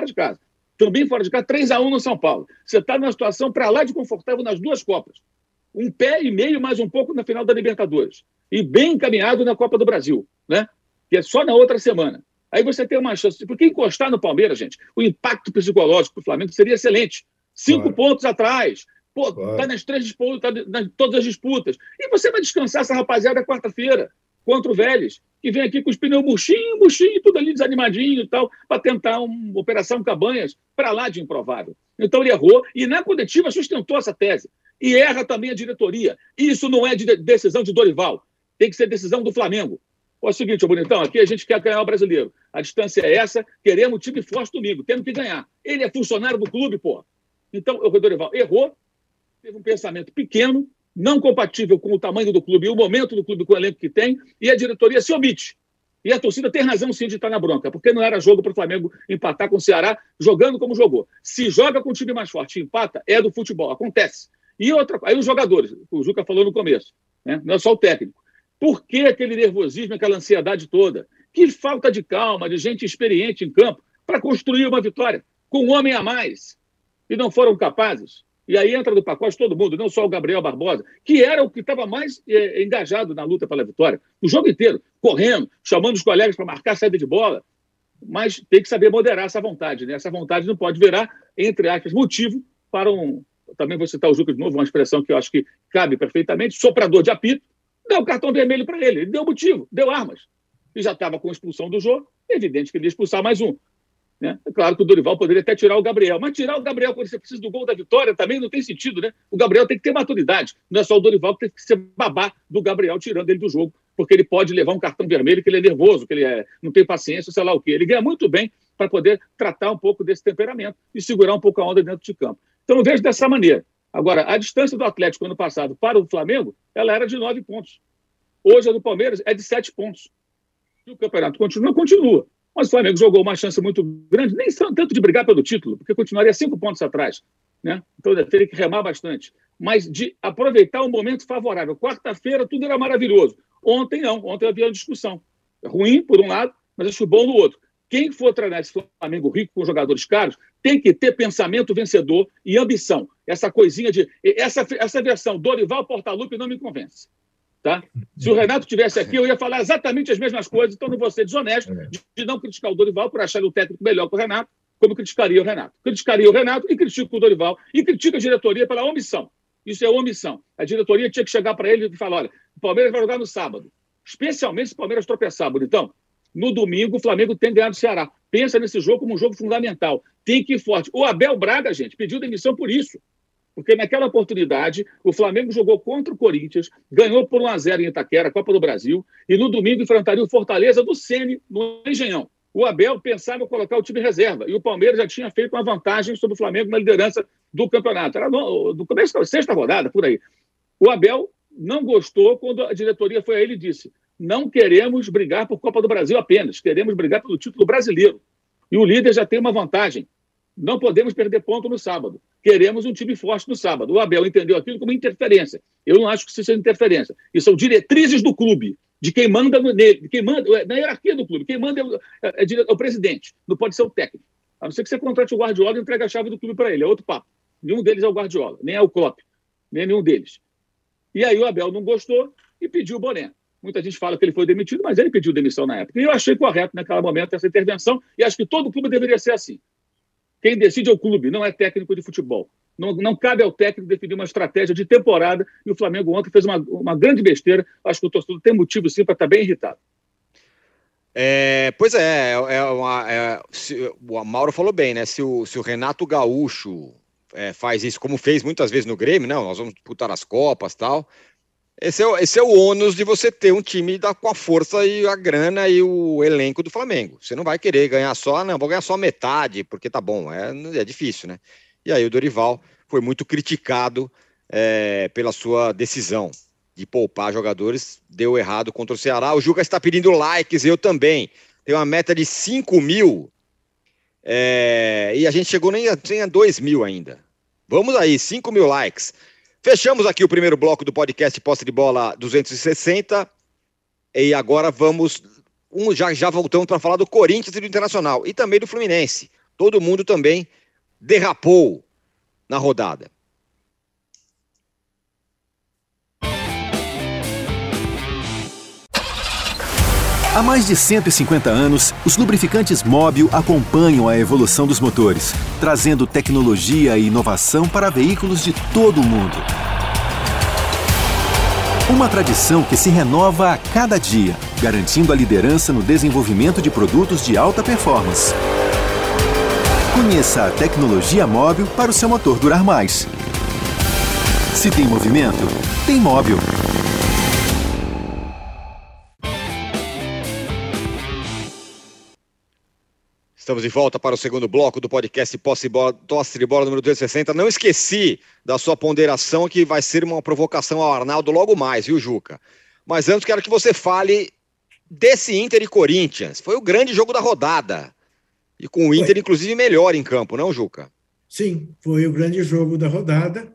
também fora de casa, 3-1 no São Paulo. Você está numa situação para lá de confortável nas duas Copas. Um pé e meio, mais um pouco na final da Libertadores. E bem encaminhado na Copa do Brasil, né? Que é só na outra semana. Aí você tem uma chance. Porque encostar no Palmeiras, gente, o impacto psicológico para o Flamengo seria excelente. 5 pontos atrás. Pô, tá nas 3 disputas, tá nas todas as disputas. E você vai descansar essa rapaziada quarta-feira contra o Vélez, que vem aqui com os pneus murchinho, tudo ali desanimadinho e tal, para tentar uma operação Cabanhas para lá de improvável. Então ele errou e na coletiva sustentou essa tese. E erra também a diretoria. Isso não é decisão de Dorival. Tem que ser decisão do Flamengo. É o seguinte, bonitão, aqui a gente quer ganhar o Brasileiro. A distância é essa, queremos o time forte domingo, temos que ganhar. Ele é funcionário do clube, pô. Então, o Dorival errou, teve um pensamento pequeno, não compatível com o tamanho do clube e o momento do clube com o elenco que tem, e a diretoria se omite. E a torcida tem razão, sim, de estar na bronca, porque não era jogo para o Flamengo empatar com o Ceará, jogando como jogou. Se joga com o time mais forte e empata, é do futebol, acontece. E aí os jogadores, o Juca falou no começo, né? Não é só o técnico. Por que aquele nervosismo, aquela ansiedade toda? Que falta de calma, de gente experiente em campo para construir uma vitória, com um homem a mais. E não foram capazes. E aí entra no pacote todo mundo, não só o Gabriel Barbosa, que era o que estava mais engajado na luta pela vitória, o jogo inteiro, correndo, chamando os colegas para marcar a saída de bola. Mas tem que saber moderar essa vontade, né? Essa vontade não pode virar, entre aspas, motivo para um... Também vou citar o Juca de novo, uma expressão que eu acho que cabe perfeitamente, soprador de apito, deu o cartão vermelho para ele deu motivo, deu armas. E já estava com a expulsão do jogo, é evidente que ele ia expulsar mais um. Né? É claro que o Dorival poderia até tirar o Gabriel, mas tirar o Gabriel quando você precisa do gol da vitória também não tem sentido, né? O Gabriel tem que ter maturidade, não é só o Dorival que tem que ser babá do Gabriel tirando ele do jogo, porque ele pode levar um cartão vermelho, que ele é nervoso, que ele não tem paciência, sei lá o quê. Ele ganha muito bem para poder tratar um pouco desse temperamento e segurar um pouco a onda dentro de campo. Então eu vejo dessa maneira. Agora, a distância do Atlético ano passado para o Flamengo, ela era de 9 pontos. Hoje a do Palmeiras é de 7 pontos. Se o campeonato continua. Mas o Flamengo jogou uma chance muito grande, nem tanto de brigar pelo título, porque continuaria 5 pontos atrás. Né? Então teria que remar bastante. Mas de aproveitar um momento favorável. Quarta-feira tudo era maravilhoso. Ontem não, ontem havia uma discussão. Ruim, por um lado, mas acho bom no outro. Quem for treinar esse Flamengo rico com jogadores caros tem que ter pensamento vencedor e ambição. Essa coisinha de... Essa versão Dorival Portaluppi não me convence. Tá? Se o Renato estivesse aqui, eu ia falar exatamente as mesmas coisas, então não vou ser desonesto de não criticar o Dorival por achar o técnico melhor que o Renato, como criticaria o Renato. Criticaria o Renato e critico o Dorival e critico a diretoria pela omissão. Isso é omissão. A diretoria tinha que chegar para ele e falar, olha, o Palmeiras vai jogar no sábado, especialmente se o Palmeiras tropeçar, bonitão. No domingo, o Flamengo tem ganhado o Ceará. Pensa nesse jogo como um jogo fundamental. Tem que ir forte. O Abel Braga, gente, pediu demissão por isso. Porque naquela oportunidade, o Flamengo jogou contra o Corinthians, ganhou por 1-0 em Itaquera, Copa do Brasil, e no domingo enfrentaria o Fortaleza do Ceni no Engenhão. O Abel pensava em colocar o time reserva, e o Palmeiras já tinha feito uma vantagem sobre o Flamengo na liderança do campeonato. Era do começo da 6ª rodada, por aí. O Abel não gostou quando a diretoria foi a ele e disse: não queremos brigar por Copa do Brasil apenas, queremos brigar pelo título brasileiro. E o líder já tem uma vantagem. Não podemos perder ponto no sábado. Queremos um time forte no sábado. O Abel entendeu aquilo como interferência. Eu não acho que isso seja interferência. Isso são diretrizes do clube, de quem manda nele, quem manda na hierarquia do clube. Quem manda é o presidente, não pode ser o técnico. A não ser que você contrate o Guardiola e entregue a chave do clube para ele. É outro papo. Nenhum deles é o Guardiola, nem é o Klopp, nem é nenhum deles. E aí o Abel não gostou e pediu o boné. Muita gente fala que ele foi demitido, mas ele pediu demissão na época. E eu achei correto naquele momento essa intervenção e acho que todo clube deveria ser assim. Quem decide é o clube, não é técnico de futebol. Não cabe ao técnico definir uma estratégia de temporada e o Flamengo ontem fez uma grande besteira. Acho que o torcedor tem motivo sim para estar bem irritado. Pois é, o Mauro falou bem, né? Se o Renato Gaúcho faz isso, como fez muitas vezes no Grêmio, não, nós vamos disputar as Copas e tal. Esse é o ônus de você ter um time com a força e a grana e o elenco do Flamengo. Você não vai querer ganhar vou ganhar só metade, porque tá bom, é difícil, né? E aí o Dorival foi muito criticado pela sua decisão de poupar jogadores. Deu errado contra o Ceará. O Juca está pedindo likes, eu também. Tem uma meta de 5 mil. E a gente chegou nem a 2 mil ainda. Vamos aí, 5 mil likes. Fechamos aqui o primeiro bloco do podcast Posse de Bola 260. E agora vamos... Já voltamos para falar do Corinthians e do Internacional. E também do Fluminense. Todo mundo também derrapou na rodada. Há mais de 150 anos, os lubrificantes Mobil acompanham a evolução dos motores, trazendo tecnologia e inovação para veículos de todo o mundo. Uma tradição que se renova a cada dia, garantindo a liderança no desenvolvimento de produtos de alta performance. Conheça a tecnologia Mobil para o seu motor durar mais. Se tem movimento, tem Mobil. Estamos de volta para o segundo bloco do podcast Posse de Bola número 260. Não esqueci da sua ponderação, que vai ser uma provocação ao Arnaldo logo mais, viu, Juca? Mas antes quero que você fale desse Inter e Corinthians. Foi o grande jogo da rodada. E com o Inter, inclusive, melhor em campo, não, Juca? Sim, foi o grande jogo da rodada.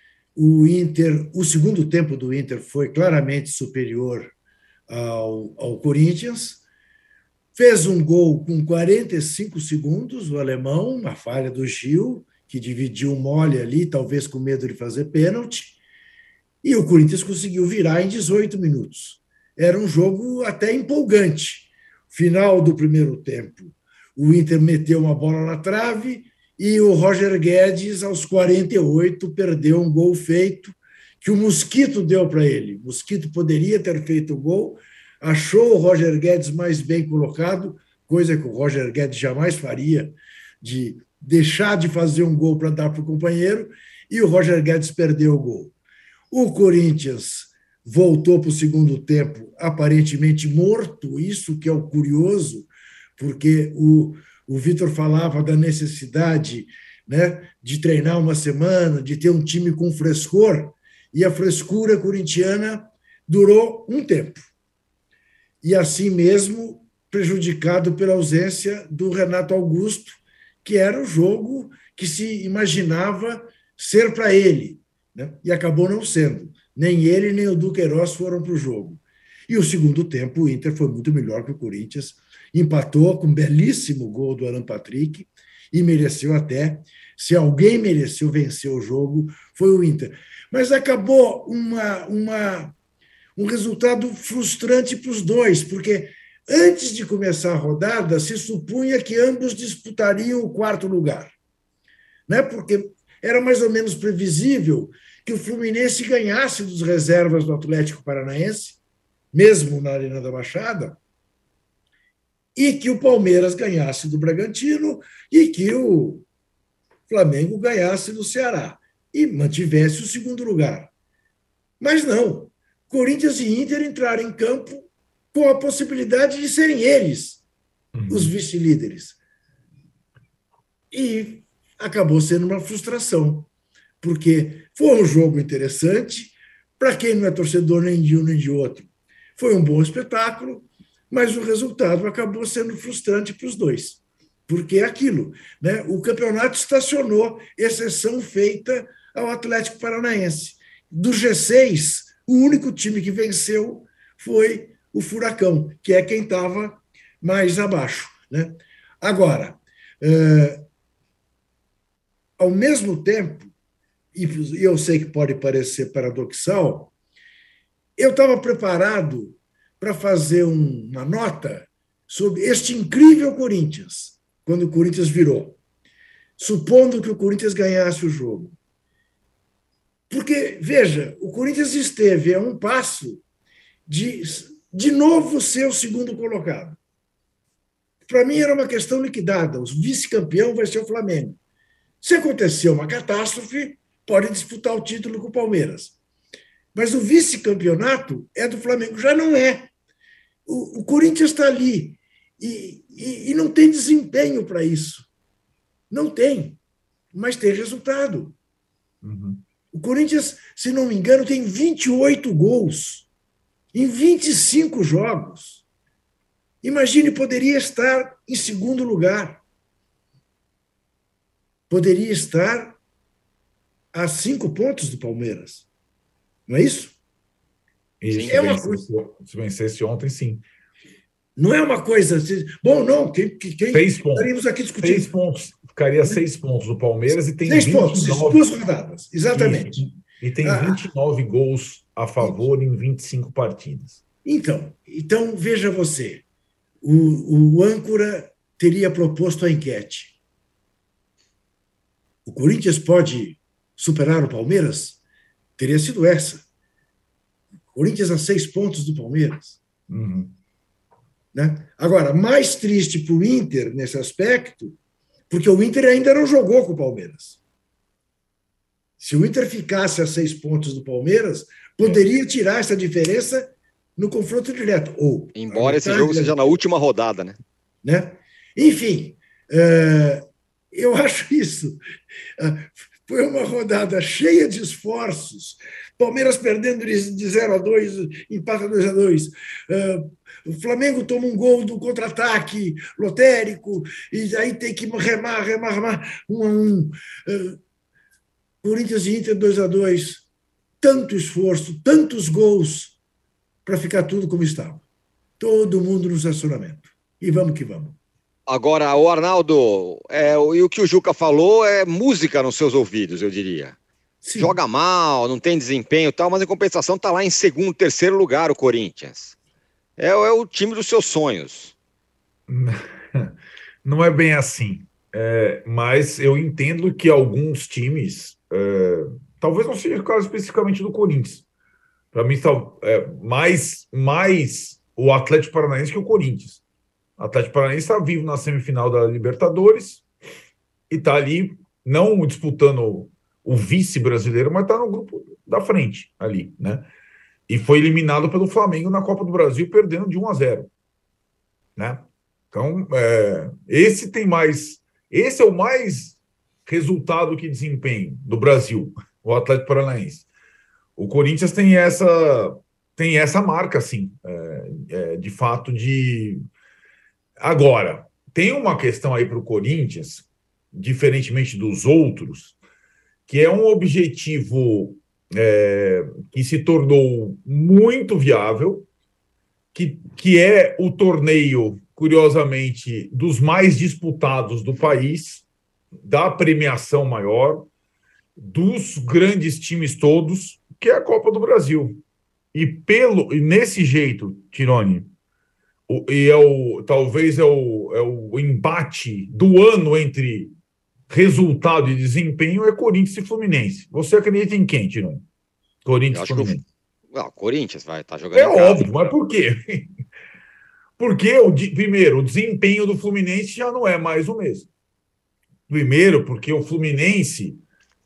O segundo tempo do Inter foi claramente superior ao Corinthians. Fez um gol com 45 segundos, o alemão, uma falha do Gil, que dividiu o mole ali, talvez com medo de fazer pênalti, e o Corinthians conseguiu virar em 18 minutos. Era um jogo até empolgante. Final do primeiro tempo, o Inter meteu uma bola na trave e o Roger Guedes, aos 48, perdeu um gol feito que o Mosquito deu para ele. O Mosquito poderia ter feito o gol, achou o Roger Guedes mais bem colocado, coisa que o Roger Guedes jamais faria, de deixar de fazer um gol para dar para o companheiro, e o Roger Guedes perdeu o gol. O Corinthians voltou para o segundo tempo aparentemente morto, isso que é o curioso, porque o Vitor falava da necessidade, né, de treinar uma semana, de ter um time com frescor, e a frescura corintiana durou um tempo. E assim mesmo prejudicado pela ausência do Renato Augusto, que era o jogo que se imaginava ser para ele, né? E acabou não sendo. Nem ele, nem o Duqueiroz foram para o jogo. E o segundo tempo, o Inter foi muito melhor que o Corinthians, empatou com um belíssimo gol do Alan Patrick e mereceu até, se alguém mereceu vencer o jogo, foi o Inter. Mas acabou um resultado frustrante para os dois, porque antes de começar a rodada, se supunha que ambos disputariam o quarto lugar, né? Porque era mais ou menos previsível que o Fluminense ganhasse dos reservas do Atlético Paranaense, mesmo na Arena da Baixada, e que o Palmeiras ganhasse do Bragantino e que o Flamengo ganhasse do Ceará e mantivesse o segundo lugar. Mas não. Corinthians e Inter entraram em campo com a possibilidade de serem eles os vice-líderes. E acabou sendo uma frustração, porque foi um jogo interessante, para quem não é torcedor nem de um nem de outro. Foi um bom espetáculo, mas o resultado acabou sendo frustrante para os dois, porque é aquilo, né? O campeonato estacionou, exceção feita ao Atlético Paranaense. Do G6, o único time que venceu foi o Furacão, que é quem estava mais abaixo, né? Agora, ao mesmo tempo, e eu sei que pode parecer paradoxal, eu estava preparado para fazer uma nota sobre este incrível Corinthians, quando o Corinthians virou, supondo que o Corinthians ganhasse o jogo. Porque, veja, o Corinthians esteve a um passo de novo ser o segundo colocado. Para mim era uma questão liquidada, o vice-campeão vai ser o Flamengo. Se acontecer uma catástrofe, pode disputar o título com o Palmeiras. Mas o vice-campeonato é do Flamengo, já não é. O Corinthians está ali e não tem desempenho para isso. Não tem, mas tem resultado. Uhum. O Corinthians, se não me engano, tem 28 gols em 25 jogos. Imagine, poderia estar em segundo lugar. Poderia estar a 5 pontos do Palmeiras. Não é isso? Isso, se vencesse ontem, sim. Não é uma coisa... Bom, não, quem 6 pontos. Estaríamos aqui discutindo. 6 pontos. Ficaria 6 pontos do Palmeiras e tem 6 29... pontos, 2 rodadas, exatamente. Isso. E tem 29 gols a favor em 25 partidas. Então veja você, o âncora teria proposto a enquete. O Corinthians pode superar o Palmeiras? Teria sido essa. O Corinthians a 6 pontos do Palmeiras. Uhum. Né? Agora, mais triste para o Inter nesse aspecto, porque o Inter ainda não jogou com o Palmeiras. Se o Inter ficasse a 6 pontos do Palmeiras, poderia tirar essa diferença no confronto direto. Embora esse jogo seja na última rodada, né? Enfim, eu acho isso. Foi uma rodada cheia de esforços. Palmeiras perdendo de 0-2, empata 2-2. O Flamengo toma um gol do contra-ataque lotérico, e aí tem que remar, 1-1. Corinthians e Inter 2-2. Tanto esforço, tantos gols para ficar tudo como estava. Todo mundo no estacionamento. E vamos que vamos. Agora, o Arnaldo, e o que o Juca falou é música nos seus ouvidos, eu diria. Sim. Joga mal, não tem desempenho e tal, mas em compensação está lá em segundo, terceiro lugar o Corinthians. É o time dos seus sonhos. Não é bem assim. Mas eu entendo que alguns times, talvez não seja o caso especificamente do Corinthians. Para mim, mais o Atlético Paranaense que o Corinthians. O Atlético Paranaense está vivo na semifinal da Libertadores e está ali, não disputando o vice brasileiro, mas está no grupo da frente ali, né? E foi eliminado pelo Flamengo na Copa do Brasil, perdendo de 1-0, né? Então, esse é o mais resultado que desempenho do Brasil, o Atlético Paranaense. O Corinthians tem essa marca, assim, de fato, de... Agora, tem uma questão aí para o Corinthians, diferentemente dos outros, que é um objetivo que se tornou muito viável, que é o torneio, curiosamente, dos mais disputados do país, da premiação maior, dos grandes times todos, que é a Copa do Brasil. E nesse jeito, Tironi, talvez é o embate do ano entre resultado e desempenho é Corinthians e Fluminense. Você acredita em quem, Tironi? Corinthians e Fluminense. Corinthians vai estar jogando em casa. Óbvio, mas por quê? Porque, primeiro, o desempenho do Fluminense já não é mais o mesmo. Primeiro, porque o Fluminense,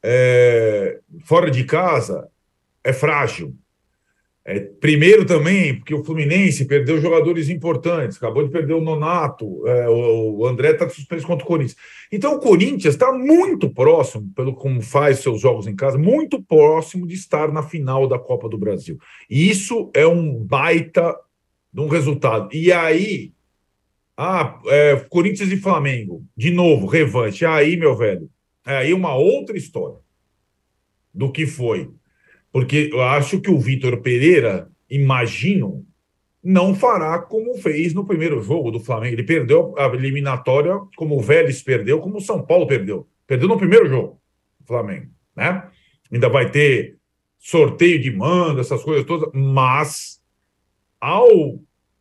fora de casa, é frágil. Primeiro também, porque o Fluminense perdeu jogadores importantes, acabou de perder o Nonato, o André está suspenso contra o Corinthians. Então o Corinthians está muito próximo, pelo como faz seus jogos em casa, muito próximo de estar na final da Copa do Brasil. E isso é um baita de um resultado. E aí, Corinthians e Flamengo, de novo, revanche. Aí, meu velho, aí uma outra história do que foi. Porque eu acho que o Vitor Pereira, imagino, não fará como fez no primeiro jogo do Flamengo. Ele perdeu a eliminatória como o Vélez perdeu, como o São Paulo perdeu. Perdeu no primeiro jogo, o Flamengo, né? Ainda vai ter sorteio de mando, essas coisas todas, mas ao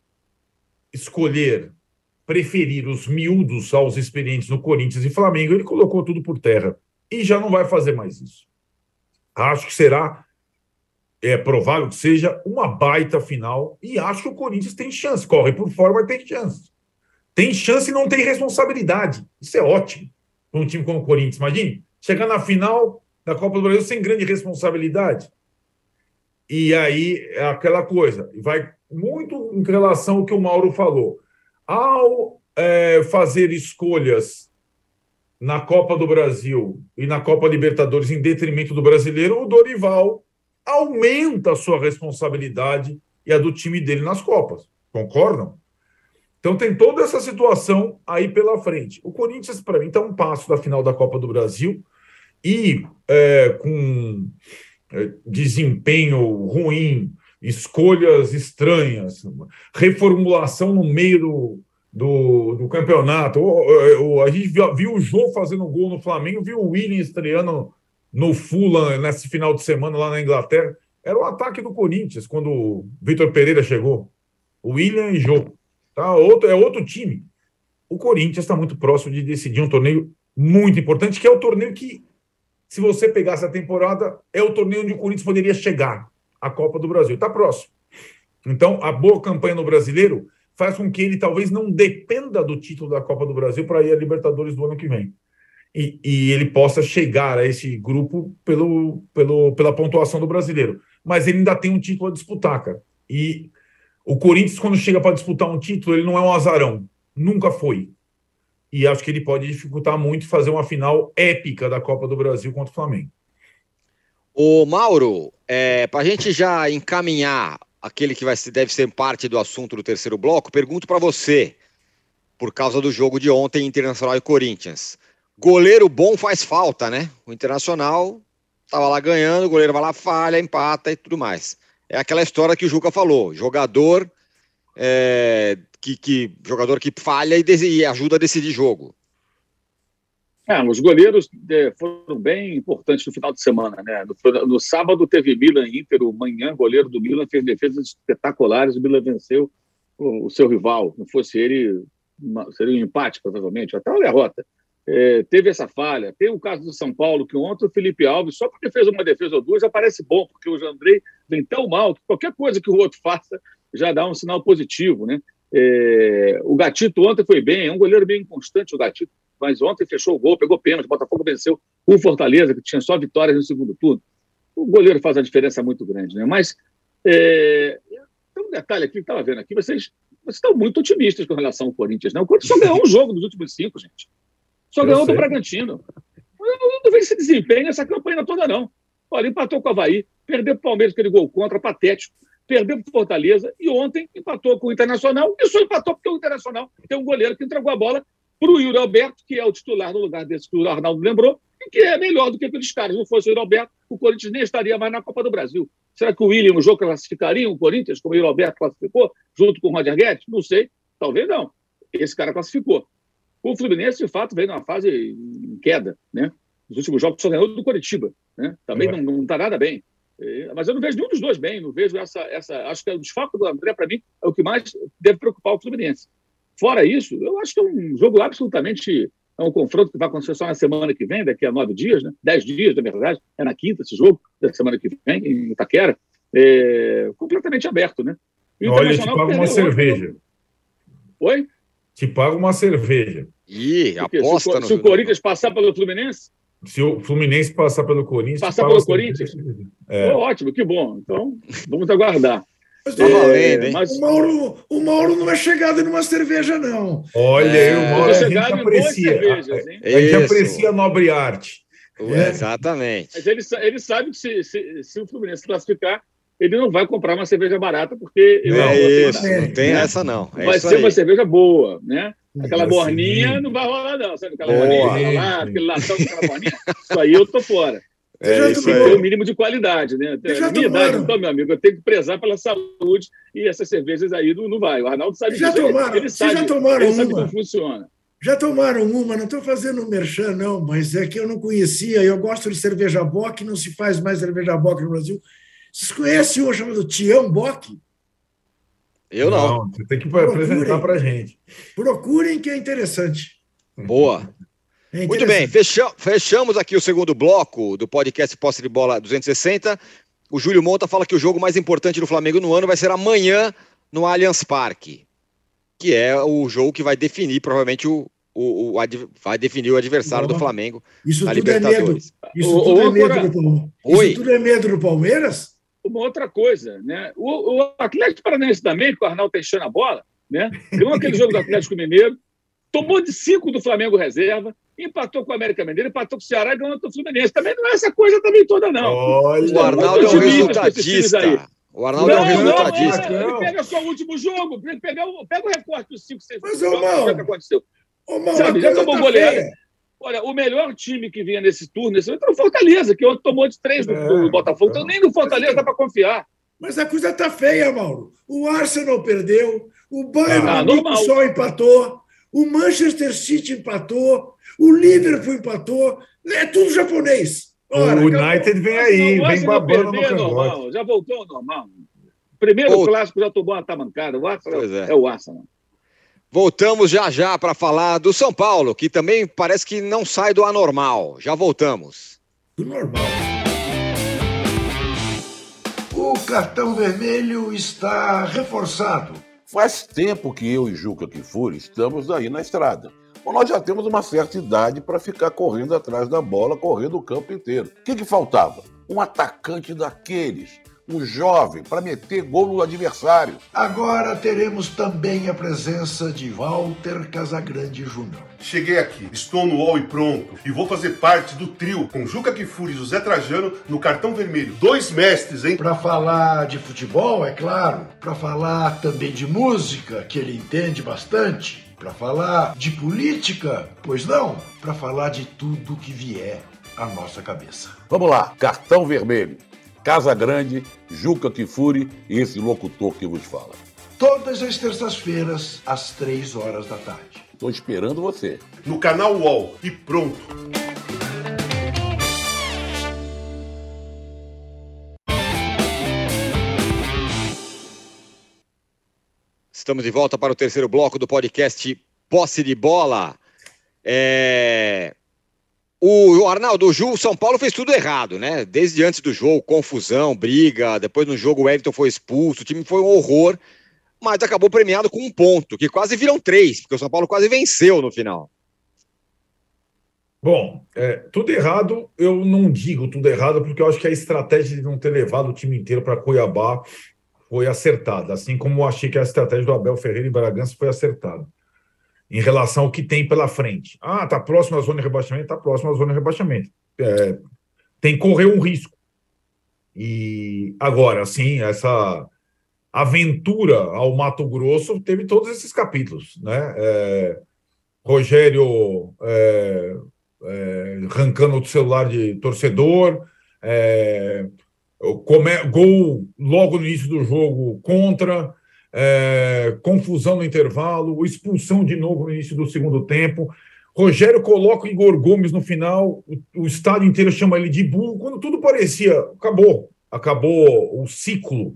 preferir os miúdos aos experientes no Corinthians e Flamengo, ele colocou tudo por terra. E já não vai fazer mais isso. Acho que será... É provável que seja uma baita final e acho que o Corinthians tem chance. Corre por fora, mas tem chance. Tem chance e não tem responsabilidade. Isso é ótimo para um time como o Corinthians. Imagine, chegar na final da Copa do Brasil sem grande responsabilidade. E aí é aquela coisa. Vai muito em relação ao que o Mauro falou. Ao fazer escolhas na Copa do Brasil e na Copa Libertadores em detrimento do brasileiro, o Dorival aumenta a sua responsabilidade e a do time dele nas Copas. Concordam? Então tem toda essa situação aí pela frente. O Corinthians, para mim, está um passo da final da Copa do Brasil e com desempenho ruim, escolhas estranhas, reformulação no meio do campeonato. A gente viu o Jô fazendo gol no Flamengo, viu o Willian estreando no Fulham nesse final de semana lá na Inglaterra. Era o ataque do Corinthians quando o Vitor Pereira chegou. O Willian e Jô. Tá? É outro time. O Corinthians está muito próximo de decidir um torneio muito importante, que é o torneio que, se você pegasse a temporada, é o torneio onde o Corinthians poderia chegar à Copa do Brasil. Está próximo. Então, a boa campanha no Brasileiro faz com que ele talvez não dependa do título da Copa do Brasil para ir à Libertadores do ano que vem. E ele possa chegar a esse grupo pela pontuação do Brasileiro. Mas ele ainda tem um título a disputar, cara. E o Corinthians, quando chega para disputar um título, ele não é um azarão. Nunca foi. E acho que ele pode dificultar muito fazer uma final épica da Copa do Brasil contra o Flamengo. Ô, Mauro, para a gente já encaminhar aquele que deve ser parte do assunto do terceiro bloco, pergunto para você, por causa do jogo de ontem, Internacional e Corinthians. Goleiro bom faz falta, né? O Internacional estava lá ganhando, o goleiro vai lá, falha, empata e tudo mais. É aquela história que o Juca falou, jogador que falha e ajuda a decidir jogo. Os goleiros foram bem importantes no final de semana, né? No sábado teve Milan e Inter, o Manhã, goleiro do Milan, fez defesas espetaculares, o Milan venceu o seu rival. Não fosse ele, seria um empate, provavelmente, até uma derrota. Teve essa falha. Tem o caso do São Paulo, que ontem o Felipe Alves, só porque fez uma defesa ou duas, já parece bom, porque o Jandrei vem tão mal que qualquer coisa que o outro faça já dá um sinal positivo, né? O Gatito ontem foi bem, é um goleiro bem inconstante, o Gatito, mas ontem fechou o gol, pegou pênalti, o Botafogo venceu o Fortaleza, que tinha só vitórias no segundo turno. O goleiro faz uma diferença muito grande, né? Mas tem um detalhe aqui que eu estava vendo aqui, vocês estão muito otimistas com relação ao Corinthians, né? O Corinthians só ganhou um jogo nos últimos 5, gente. Só ganhou do Bragantino. Eu não vejo esse desempenho, essa campanha toda, não. Olha, empatou com o Avaí, perdeu para o Palmeiras, aquele gol contra, patético, perdeu para o Fortaleza e ontem empatou com o Internacional e só empatou porque o Internacional tem um goleiro que entregou a bola para o Yuri Alberto, que é o titular no lugar desse que o Arnaldo lembrou, e que é melhor do que aqueles caras. Não fosse o Yuri Alberto, o Corinthians nem estaria mais na Copa do Brasil. Será que o Willian, no jogo, classificaria o Corinthians, como o Yuri Alberto classificou, junto com o Roger Guedes? Não sei, talvez não. Esse cara classificou. O Fluminense, de fato, veio numa fase em queda, né? Nos últimos jogos só ganhou do Coritiba, né? Também não está nada bem. Mas eu não vejo nenhum dos dois bem, não vejo essa acho que o desfalque do André, para mim, é o que mais deve preocupar o Fluminense. Fora isso, eu acho que é um jogo absolutamente... É um confronto que vai acontecer só na semana que vem, daqui a 9 dias, né? 10 dias, na verdade. É na quinta esse jogo, da semana que vem, em Itaquera. Completamente aberto, né? Olha, te paga uma cerveja. Oi? Te paga uma cerveja. Ih, aposta se o Corinthians passar pelo Fluminense? Se o Fluminense passar pelo Corinthians... Passar pelo Corinthians? Ótimo, que bom. Então, vamos aguardar. Mas o Mauro não é chegado numa cerveja, não. Olha, o Mauro, a gente aprecia. A gente aprecia a nobre arte. Exatamente. Mas ele sabe que se o Fluminense classificar, ele não vai comprar uma cerveja barata, porque... não tem essa, não. Vai ser uma cerveja boa, né? Aquela morninha não vai rolar, não. Sabe aquela morninha, aquele latão com aquela morninha? Isso aí eu tô fora. Isso é o mínimo de qualidade, né? Na minha idade, então, meu amigo, eu tenho que prezar pela saúde e essas cervejas aí não vai. O Arnaldo sabe disso. Ele sabe como funciona. Já tomaram uma, não estou fazendo merchan, não, mas é que eu não conhecia. Eu gosto de cerveja Bock, não se faz mais cerveja Bock no Brasil. Vocês conhecem uma chamada Tião Bock? Eu não. Você tem que apresentar para a gente. Procurem, que é interessante. Boa. Muito bem, fechamos aqui o segundo bloco do podcast Posse de Bola 260. O Júlio Monta fala que o jogo mais importante do Flamengo no ano vai ser amanhã no Allianz Parque, que é o jogo que vai definir provavelmente vai definir o adversário do Flamengo na Libertadores. Isso tudo é medo do Palmeiras? Uma outra coisa, né? O Atlético Paranaense também, que o Arnaldo tá enchendo a bola, né? Ganhou aquele jogo do Atlético Mineiro, tomou de 5 do Flamengo reserva, empatou com o América Mineiro, empatou com o Ceará e ganhou do Fluminense. Também não é essa coisa também toda, não. Olha, o Arnaldo é um resultadista. O Arnaldo é um resultadista. Ele pega só o último jogo, pega o recorte dos 5, 6 jogos, o que aconteceu. Sabe, já tomou goleada. Olha, o melhor time que vinha nesse turno era o Fortaleza, que ontem tomou de 3 do Botafogo. Então nem no Fortaleza dá para confiar. Mas a coisa tá feia, Mauro. O Arsenal perdeu, o Bayern Munique só empatou, o Manchester City empatou, o Liverpool empatou. É tudo japonês. Ora, o United vem aí, vem babando no cangote. Já voltou ao normal. Primeiro clássico já tomou uma tamancada. O Arsenal é o Arsenal. Voltamos já para falar do São Paulo, que também parece que não sai do anormal. Já voltamos. Do normal. O cartão vermelho está reforçado. Faz tempo que eu e Juca Kfouri estamos aí na estrada. Bom, nós já temos uma certa idade para ficar correndo atrás da bola, correndo o campo inteiro. O que faltava? Um atacante daqueles, um jovem, para meter gol no adversário. Agora teremos também a presença de Walter Casagrande Júnior. Cheguei aqui, estou no UOL e pronto. E vou fazer parte do trio com Juca Kfouri e José Trajano no cartão vermelho. 2 mestres, hein? Para falar de futebol, é claro. Para falar também de música, que ele entende bastante. Para falar de política, pois não. Para falar de tudo que vier à nossa cabeça. Vamos lá, cartão vermelho. Casagrande, Juca Kfouri e esse locutor que vos fala. Todas as terças-feiras, às 3h da tarde. Estou esperando você. No canal UOL e pronto. Estamos de volta para o terceiro bloco do podcast Posse de Bola. O Arnaldo, o São Paulo fez tudo errado, né? Desde antes do jogo, confusão, briga, depois no jogo o Wellington foi expulso, o time foi um horror, mas acabou premiado com 1 ponto, que quase viram 3, porque o São Paulo quase venceu no final. Bom, tudo errado, eu não digo tudo errado, porque eu acho que a estratégia de não ter levado o time inteiro para Cuiabá foi acertada, assim como eu achei que a estratégia do Abel Ferreira em Bragança foi acertada. Em relação ao que tem pela frente. Está próximo à zona de rebaixamento? Está próximo à zona de rebaixamento. Tem que correr um risco. E agora, sim, essa aventura ao Mato Grosso teve todos esses capítulos, né? Rogério arrancando o celular de torcedor, gol logo no início do jogo contra... confusão no intervalo, expulsão de novo no início do segundo tempo. Rogério coloca o Igor Gomes no final, o estádio inteiro chama ele de burro, quando tudo parecia, acabou o ciclo,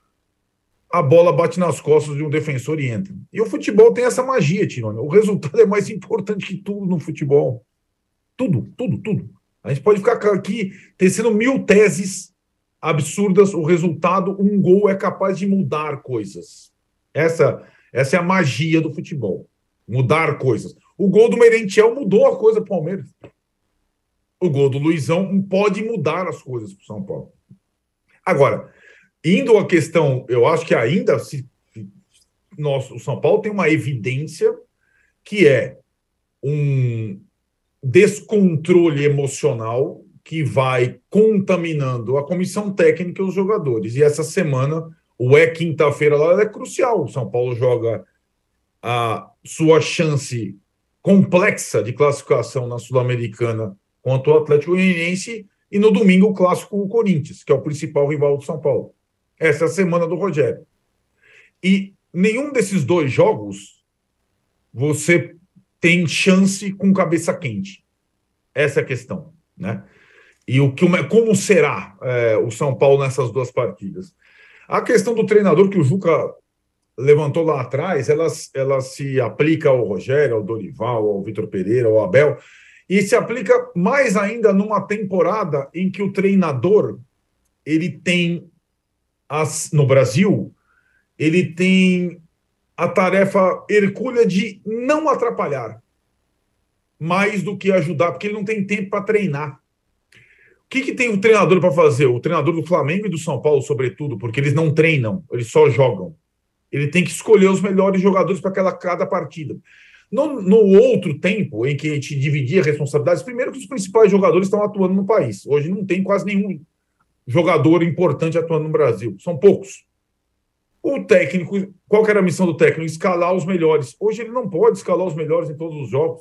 a bola bate nas costas de um defensor e entra. E o futebol tem essa magia, Tirone. O resultado é mais importante que tudo no futebol. Tudo. A gente pode ficar aqui tecendo 1000 teses absurdas, o resultado, um gol é capaz de mudar coisas. Essa é a magia do futebol. Mudar coisas. O gol do Merentiel mudou a coisa para o Palmeiras. O gol do Luizão pode mudar as coisas para o São Paulo. Agora, indo à questão, eu acho que ainda o São Paulo tem uma evidência que é um descontrole emocional que vai contaminando a comissão técnica e os jogadores. E essa semana, quinta-feira lá, é crucial. O São Paulo joga a sua chance complexa de classificação na Sul-Americana contra o Atlético Goianiense e no domingo o clássico com o Corinthians, que é o principal rival do São Paulo. Essa é a semana do Rogério. E nenhum desses 2 jogos você tem chance com cabeça quente. Essa é a questão, né? E como será o São Paulo nessas 2 partidas? A questão do treinador que o Juca levantou lá atrás, ela se aplica ao Rogério, ao Dorival, ao Vitor Pereira, ao Abel, e se aplica mais ainda numa temporada em que o treinador, ele tem, no Brasil, ele tem a tarefa hercúlea de não atrapalhar, mais do que ajudar, porque ele não tem tempo para treinar. O que tem o treinador para fazer? O treinador do Flamengo e do São Paulo, sobretudo, porque eles não treinam, eles só jogam. Ele tem que escolher os melhores jogadores para cada partida. No outro tempo, em que a gente dividia responsabilidades, primeiro que os principais jogadores estão atuando no país. Hoje não tem quase nenhum jogador importante atuando no Brasil. São poucos. O técnico, qual que era a missão do técnico? Escalar os melhores. Hoje ele não pode escalar os melhores em todos os jogos.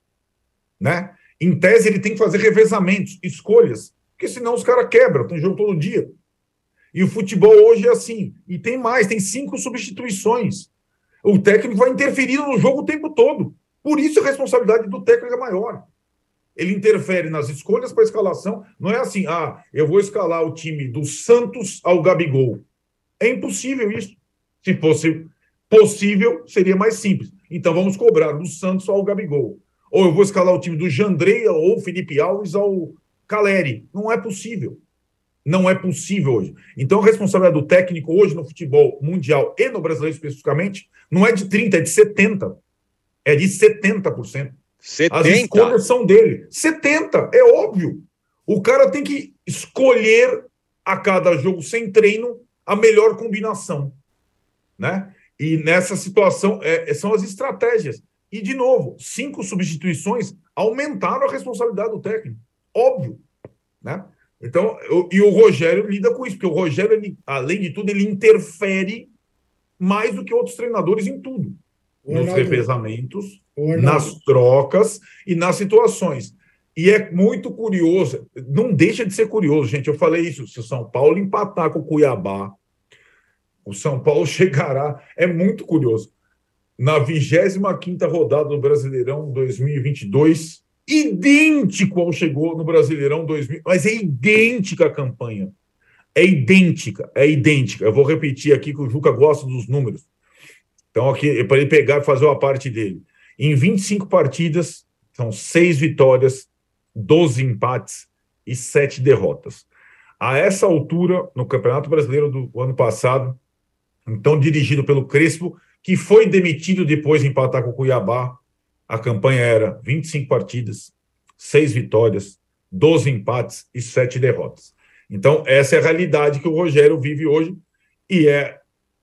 Né? Em tese, ele tem que fazer revezamentos, escolhas, porque senão os caras quebram, tem jogo todo dia. E o futebol hoje é assim. E tem mais, tem 5 substituições. O técnico vai interferir no jogo o tempo todo. Por isso a responsabilidade do técnico é maior. Ele interfere nas escolhas para a escalação. Não é assim, eu vou escalar o time do Santos ao Gabigol. É impossível isso. Se fosse possível, seria mais simples. Então vamos cobrar do Santos ao Gabigol. Ou eu vou escalar o time do Jandrei ou Felipe Alves ao Caleri. Não é possível. Não é possível hoje. Então, a responsabilidade do técnico hoje no futebol mundial e no brasileiro especificamente não é de 30%, é de 70%. É de 70%. 70%? As escolhas são dele. 70%, é óbvio. O cara tem que escolher a cada jogo sem treino a melhor combinação. Né? E nessa situação, são as estratégias. E, de novo, 5 substituições aumentaram a responsabilidade do técnico. Óbvio. Né? Então, e o Rogério lida com isso, porque o Rogério, além de tudo, ele interfere mais do que outros treinadores em tudo. Nos revezamentos, nas trocas e nas situações. E é muito curioso, não deixa de ser curioso, gente. Eu falei isso, se o São Paulo empatar com o Cuiabá, o São Paulo chegará, é muito curioso. Na 25ª rodada do Brasileirão 2022, idêntico ao chegou no Brasileirão 2000, mas é idêntica a campanha. É idêntica. Eu vou repetir aqui que o Juca gosta dos números. Então, aqui, para ele pegar e fazer a parte dele. Em 25 partidas, são 6 vitórias, 12 empates e 7 derrotas. A essa altura, no Campeonato Brasileiro do ano passado, então dirigido pelo Crespo, que foi demitido depois de empatar com o Cuiabá, a campanha era 25 partidas, 6 vitórias, 12 empates e 7 derrotas. Então, essa é a realidade que o Rogério vive hoje e é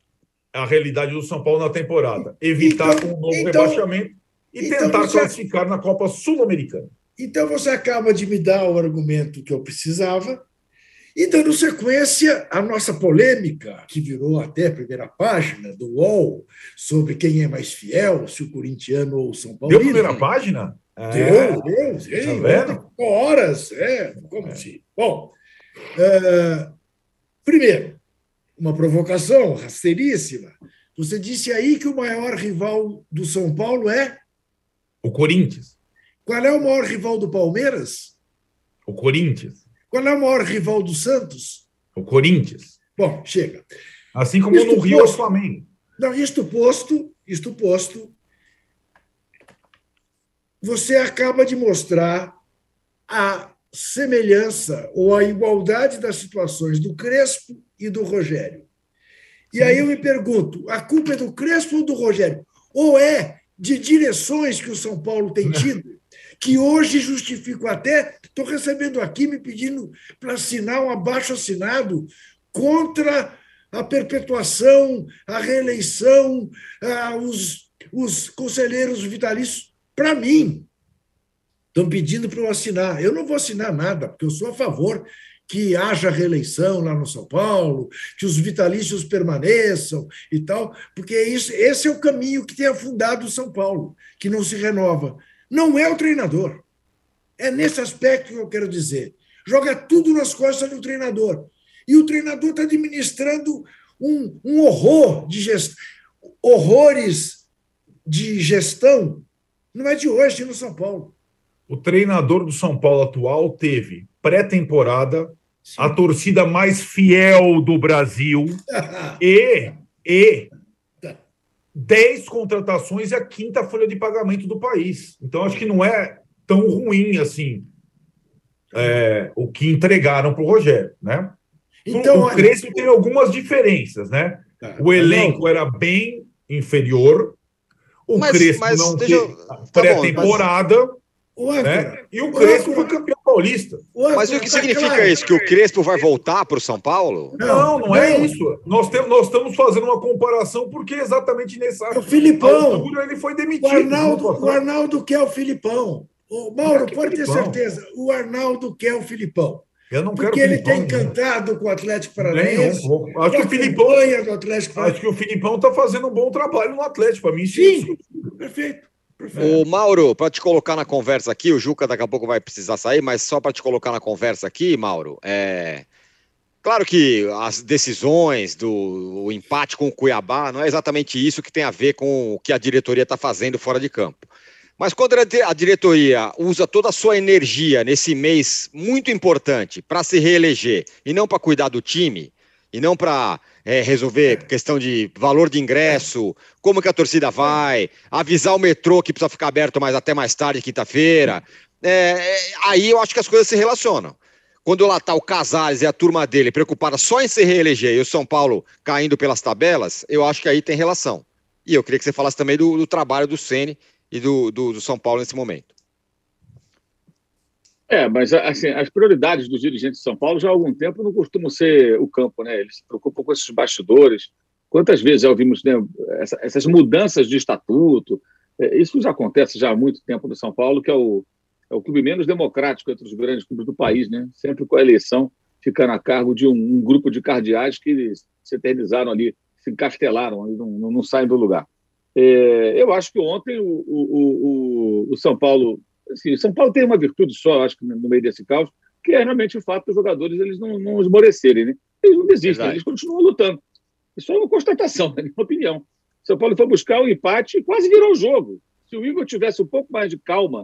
a realidade do São Paulo na temporada. Evitar um novo rebaixamento e tentar classificar na Copa Sul-Americana. Então, você acaba de me dar o argumento que eu precisava e dando sequência à nossa polêmica, que virou até a primeira página do UOL, sobre quem é mais fiel, se o corintiano ou o São Paulo. Deu primeira página? Deu. Tá vendo? Horas, como se... Bom, primeiro, uma provocação rasteiríssima. Você disse aí que o maior rival do São Paulo é? O Corinthians. Qual é o maior rival do Palmeiras? O Corinthians. Qual é o maior rival do Santos? O Corinthians. Bom, chega. Assim como no Rio, o Flamengo. Não, isto posto, você acaba de mostrar a semelhança ou a igualdade das situações do Crespo e do Rogério. E aí eu me pergunto, a culpa é do Crespo ou do Rogério? Ou é de direções que o São Paulo tem tido, que hoje justifico até, estou recebendo aqui me pedindo para assinar um abaixo-assinado contra a perpetuação, a reeleição, os conselheiros vitalícios. Para mim, estão pedindo para eu assinar. Eu não vou assinar nada, porque eu sou a favor que haja reeleição lá no São Paulo, que os vitalícios permaneçam e tal, porque esse é o caminho que tem afundado o São Paulo, que não se renova. Não é o treinador. É nesse aspecto que eu quero dizer. Joga tudo nas costas do treinador. E o treinador está administrando um horror de gestão, horrores de gestão. Não é de hoje no São Paulo. O treinador do São Paulo atual teve pré-temporada, a torcida mais fiel do Brasil e 10 contratações e a 5ª folha de pagamento do país. Então, acho que não é tão ruim assim o que entregaram para o Rogério, né? Então, o Crespo tem algumas diferenças, né? O elenco era bem inferior, o Crespo não teve pré-temporada. Né? E o Crespo foi campeão paulista. Mas o que significa isso? Que o Crespo vai voltar para o São Paulo? Não é isso. Nós estamos fazendo uma comparação porque exatamente nessa o Filipão. altura ele foi demitido. O Arnaldo quer o Filipão. O Mauro, pode ter certeza, o Arnaldo quer o Filipão. Eu não quero porque ele está encantado com o Atlético Paranaense. Acho que o Filipão do Atlético Paranaense. Acho que o Filipão está fazendo um bom trabalho no Atlético. Para mim, sim. Perfeito. O Mauro, para te colocar na conversa aqui, o Juca daqui a pouco vai precisar sair, mas só para te colocar na conversa aqui, Mauro, claro que as decisões do empate com o Cuiabá não é exatamente isso que tem a ver com o que a diretoria está fazendo fora de campo. Mas quando a diretoria usa toda a sua energia nesse mês muito importante para se reeleger e não para cuidar do time, e não para resolver questão de valor de ingresso, como que a torcida vai, avisar o metrô que precisa ficar aberto até mais tarde, quinta-feira, aí eu acho que as coisas se relacionam. Quando lá está o Casares e a turma dele preocupada só em se reeleger e o São Paulo caindo pelas tabelas, eu acho que aí tem relação. E eu queria que você falasse também do trabalho do Ceni e do São Paulo nesse momento. Mas assim, as prioridades dos dirigentes de São Paulo já há algum tempo não costumam ser o campo, né? Eles se preocupam com esses bastidores. Quantas vezes já ouvimos, né, essas mudanças de estatuto? Isso já acontece já há muito tempo no São Paulo, que é o clube menos democrático entre os grandes clubes do país, né? Sempre com a eleição ficando a cargo de um grupo de cardeais que se eternizaram ali, se encastelaram, não saem do lugar. Eu acho que ontem o São Paulo... Assim, o São Paulo tem uma virtude só, acho que no meio desse caos, que é realmente o fato dos jogadores eles não esmorecerem, né? Eles não desistem, eles continuam lutando. Isso é uma constatação, na minha opinião. O São Paulo foi buscar o empate e quase virou o jogo. Se o Igor tivesse um pouco mais de calma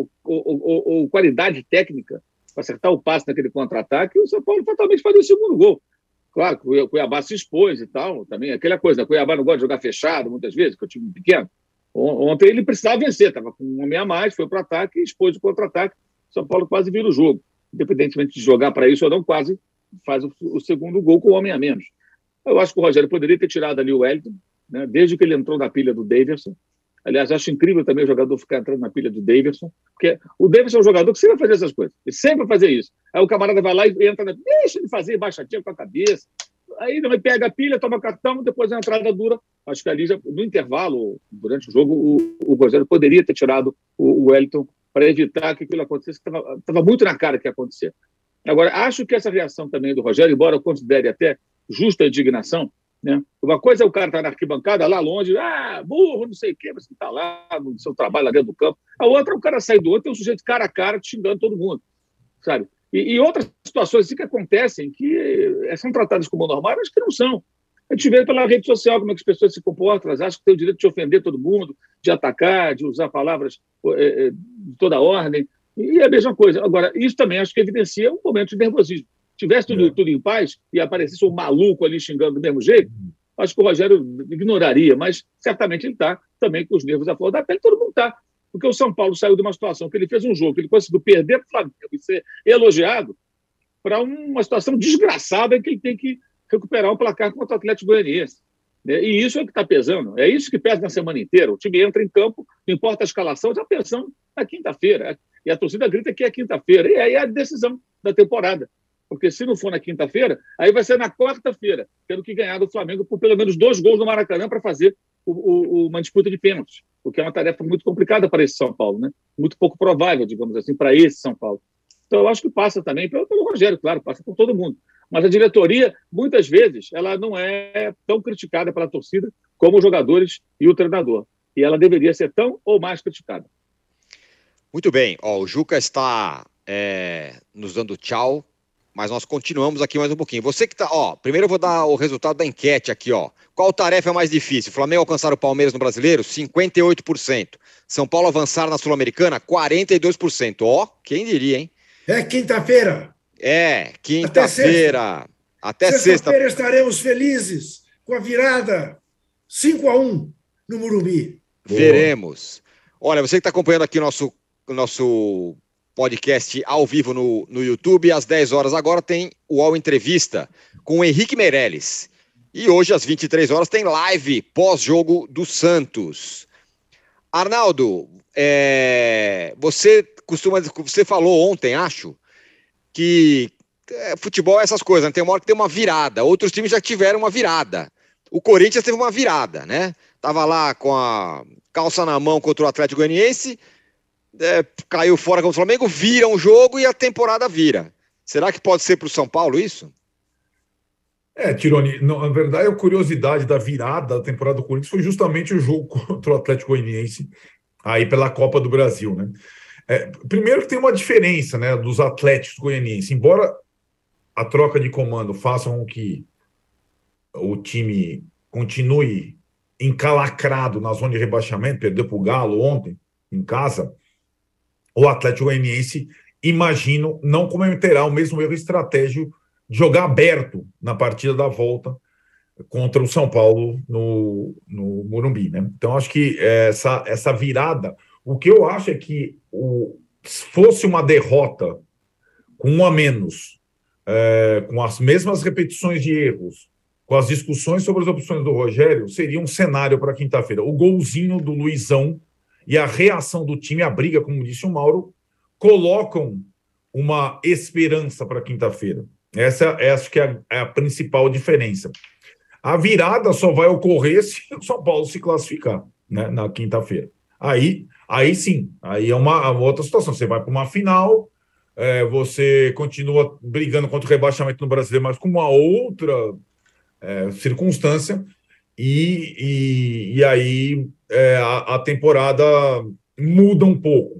ou qualidade técnica para acertar o passe naquele contra-ataque, o São Paulo fatalmente faria o segundo gol. Claro, o Cuiabá se expôs e tal, também aquela coisa, o Cuiabá não gosta de jogar fechado muitas vezes, que é um time pequeno. Ontem ele precisava vencer, estava com um homem a mais, foi para o ataque, expôs o contra-ataque, São Paulo quase vira o jogo. Independentemente de jogar para isso ou não, quase faz o segundo gol com o homem a menos. Eu acho que o Rogério poderia ter tirado ali o Wellington, né, desde que ele entrou na pilha do Daverson. Aliás, acho incrível também o jogador ficar entrando na pilha do Daverson, porque o Daverson é um jogador que sempre vai fazer essas coisas, ele sempre vai fazer isso. Aí o camarada vai lá e entra, deixa ele fazer baixadinha com a cabeça. Aí ele pega a pilha, toma cartão, depois a entrada dura. Acho que ali, no intervalo, durante o jogo, o Rogério poderia ter tirado o Wellington para evitar que aquilo acontecesse, que estava muito na cara que ia acontecer. Agora, acho que essa reação também do Rogério, embora eu considere até justa a indignação, né? Uma coisa é o cara estar na arquibancada, lá longe, burro, não sei o quê, você está lá no seu trabalho, lá dentro do campo. A outra é o cara sair do outro, tem um sujeito cara a cara xingando todo mundo, sabe? E outras situações assim que acontecem, que são tratadas como normais, mas que não são. A gente vê pela rede social como é que as pessoas se comportam, elas acham que têm o direito de ofender todo mundo, de atacar, de usar palavras de toda ordem, e é a mesma coisa. Agora, isso também acho que evidencia um momento de nervosismo. Se tivesse tudo em paz e aparecesse um maluco ali xingando do mesmo jeito, acho que o Rogério ignoraria, mas certamente ele está também com os nervos à flor da pele, todo mundo está. Porque o São Paulo saiu de uma situação que ele fez um jogo, que ele conseguiu perder para o Flamengo e ser elogiado, para uma situação desgraçada em que ele tem que recuperar um placar contra o Atlético Goianiense. E isso é o que está pesando. É isso que pesa na semana inteira. O time entra em campo, não importa a escalação, já pensando na quinta-feira. E a torcida grita que é quinta-feira. E aí é a decisão da temporada. Porque se não for na quinta-feira, aí vai ser na quarta-feira, tendo que ganhar do Flamengo por pelo menos 2 gols no Maracanã para fazer uma disputa de pênaltis, o que é uma tarefa muito complicada para esse São Paulo, né? Muito pouco provável, digamos assim, para esse São Paulo. Então, eu acho que passa também pelo Rogério, claro, passa por todo mundo. Mas a diretoria, muitas vezes, ela não é tão criticada pela torcida como os jogadores e o treinador. E ela deveria ser tão ou mais criticada. Muito bem. O Juca está nos dando tchau, mas nós continuamos aqui mais um pouquinho. Você que está... primeiro eu vou dar o resultado da enquete aqui, Qual tarefa é mais difícil? Flamengo alcançar o Palmeiras no Brasileiro? 58%. São Paulo avançar na Sul-Americana? 42%. Quem diria, hein? É quinta-feira. Quinta-feira. Até sexta. Sexta-feira estaremos felizes com a virada 5-1 no Morumbi. Veremos. Olha, você que está acompanhando aqui o nosso podcast ao vivo no YouTube, às 10 horas agora tem o UOL Entrevista com o Henrique Meirelles. E hoje, às 23 horas, tem live pós-jogo do Santos. Arnaldo, você falou ontem, acho, que futebol é essas coisas, né? Tem uma hora que tem uma virada. Outros times já tiveram uma virada. O Corinthians teve uma virada, né? Tava lá com a calça na mão contra o Atlético Goianiense, caiu fora contra o Flamengo, vira um jogo e a temporada vira. Será que pode ser para o São Paulo isso? Tironi, na verdade, a curiosidade da virada da temporada do Corinthians foi justamente o jogo contra o Atlético Goianiense, aí pela Copa do Brasil, né? Primeiro que tem uma diferença, né, dos Atléticos Goianienses. Embora a troca de comando faça com que o time continue encalacrado na zona de rebaixamento, perdeu para o Galo ontem, em casa, o Atlético Goianiense, imagino, não cometerá o mesmo erro estratégico de jogar aberto na partida da volta contra o São Paulo no Morumbi, né? Então, acho que essa virada, o que eu acho é que se fosse uma derrota com 1 a menos, com as mesmas repetições de erros, com as discussões sobre as opções do Rogério, seria um cenário para quinta-feira. O golzinho do Luizão e a reação do time, a briga, como disse o Mauro, colocam uma esperança para quinta-feira. Essa acho que é a principal diferença. A virada só vai ocorrer se o São Paulo se classificar, né, na quinta-feira. Aí sim, aí é uma outra situação. Você vai para uma final, você continua brigando contra o rebaixamento no Brasileiro, mas com uma outra circunstância, e aí a temporada muda um pouco.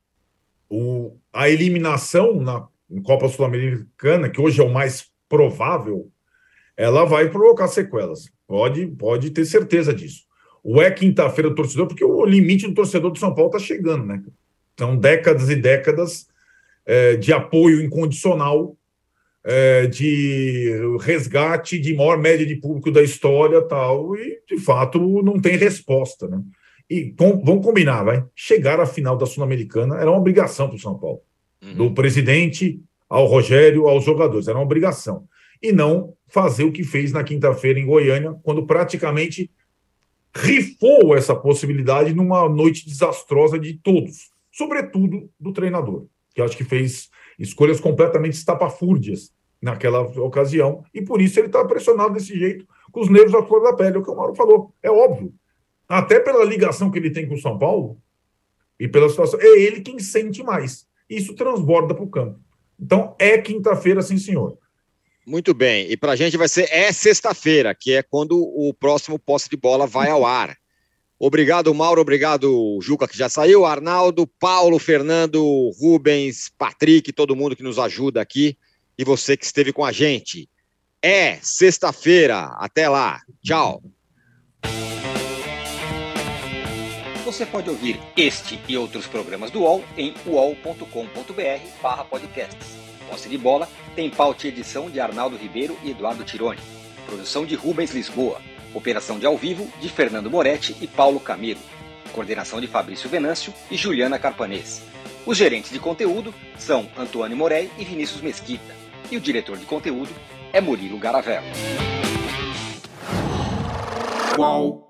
A eliminação na Copa Sul-Americana, que hoje é o mais provável, ela vai provocar sequelas. Pode ter certeza disso. Quinta-feira do torcedor, porque o limite do torcedor do São Paulo está chegando, né? São décadas e décadas de apoio incondicional, de resgate de maior média de público da história tal, e, de fato, não tem resposta, né? E vamos combinar, chegar à final da Sul-Americana era uma obrigação para o São Paulo. Do presidente ao Rogério, aos jogadores. Era uma obrigação. E não fazer o que fez na quinta-feira em Goiânia, quando praticamente rifou essa possibilidade numa noite desastrosa de todos, sobretudo do treinador, que acho que fez escolhas completamente estapafúrdias naquela ocasião, e por isso ele está pressionado desse jeito, com os nervos à flor da pele. É o que o Mauro falou, é óbvio. Até pela ligação que ele tem com o São Paulo, e pela situação, é ele quem sente mais. Isso transborda para o campo. Então, quinta-feira, sim, senhor. Muito bem. E para a gente vai ser sexta-feira, que é quando o próximo Posse de Bola vai ao ar. Obrigado, Mauro. Obrigado, Juca, que já saiu. Arnaldo, Paulo, Fernando, Rubens, Patrick, todo mundo que nos ajuda aqui. E você que esteve com a gente. Sexta-feira. Até lá. Tchau. Você pode ouvir este e outros programas do UOL em uol.com.br/podcasts. Posse de Bola tem pauta e edição de Arnaldo Ribeiro e Eduardo Tironi. Produção de Rubens Lisboa. Operação de ao vivo de Fernando Moretti e Paulo Camilo. Coordenação de Fabrício Venâncio e Juliana Carpanês. Os gerentes de conteúdo são Antônio Morei e Vinícius Mesquita. E o diretor de conteúdo é Murilo Garavello. UOL.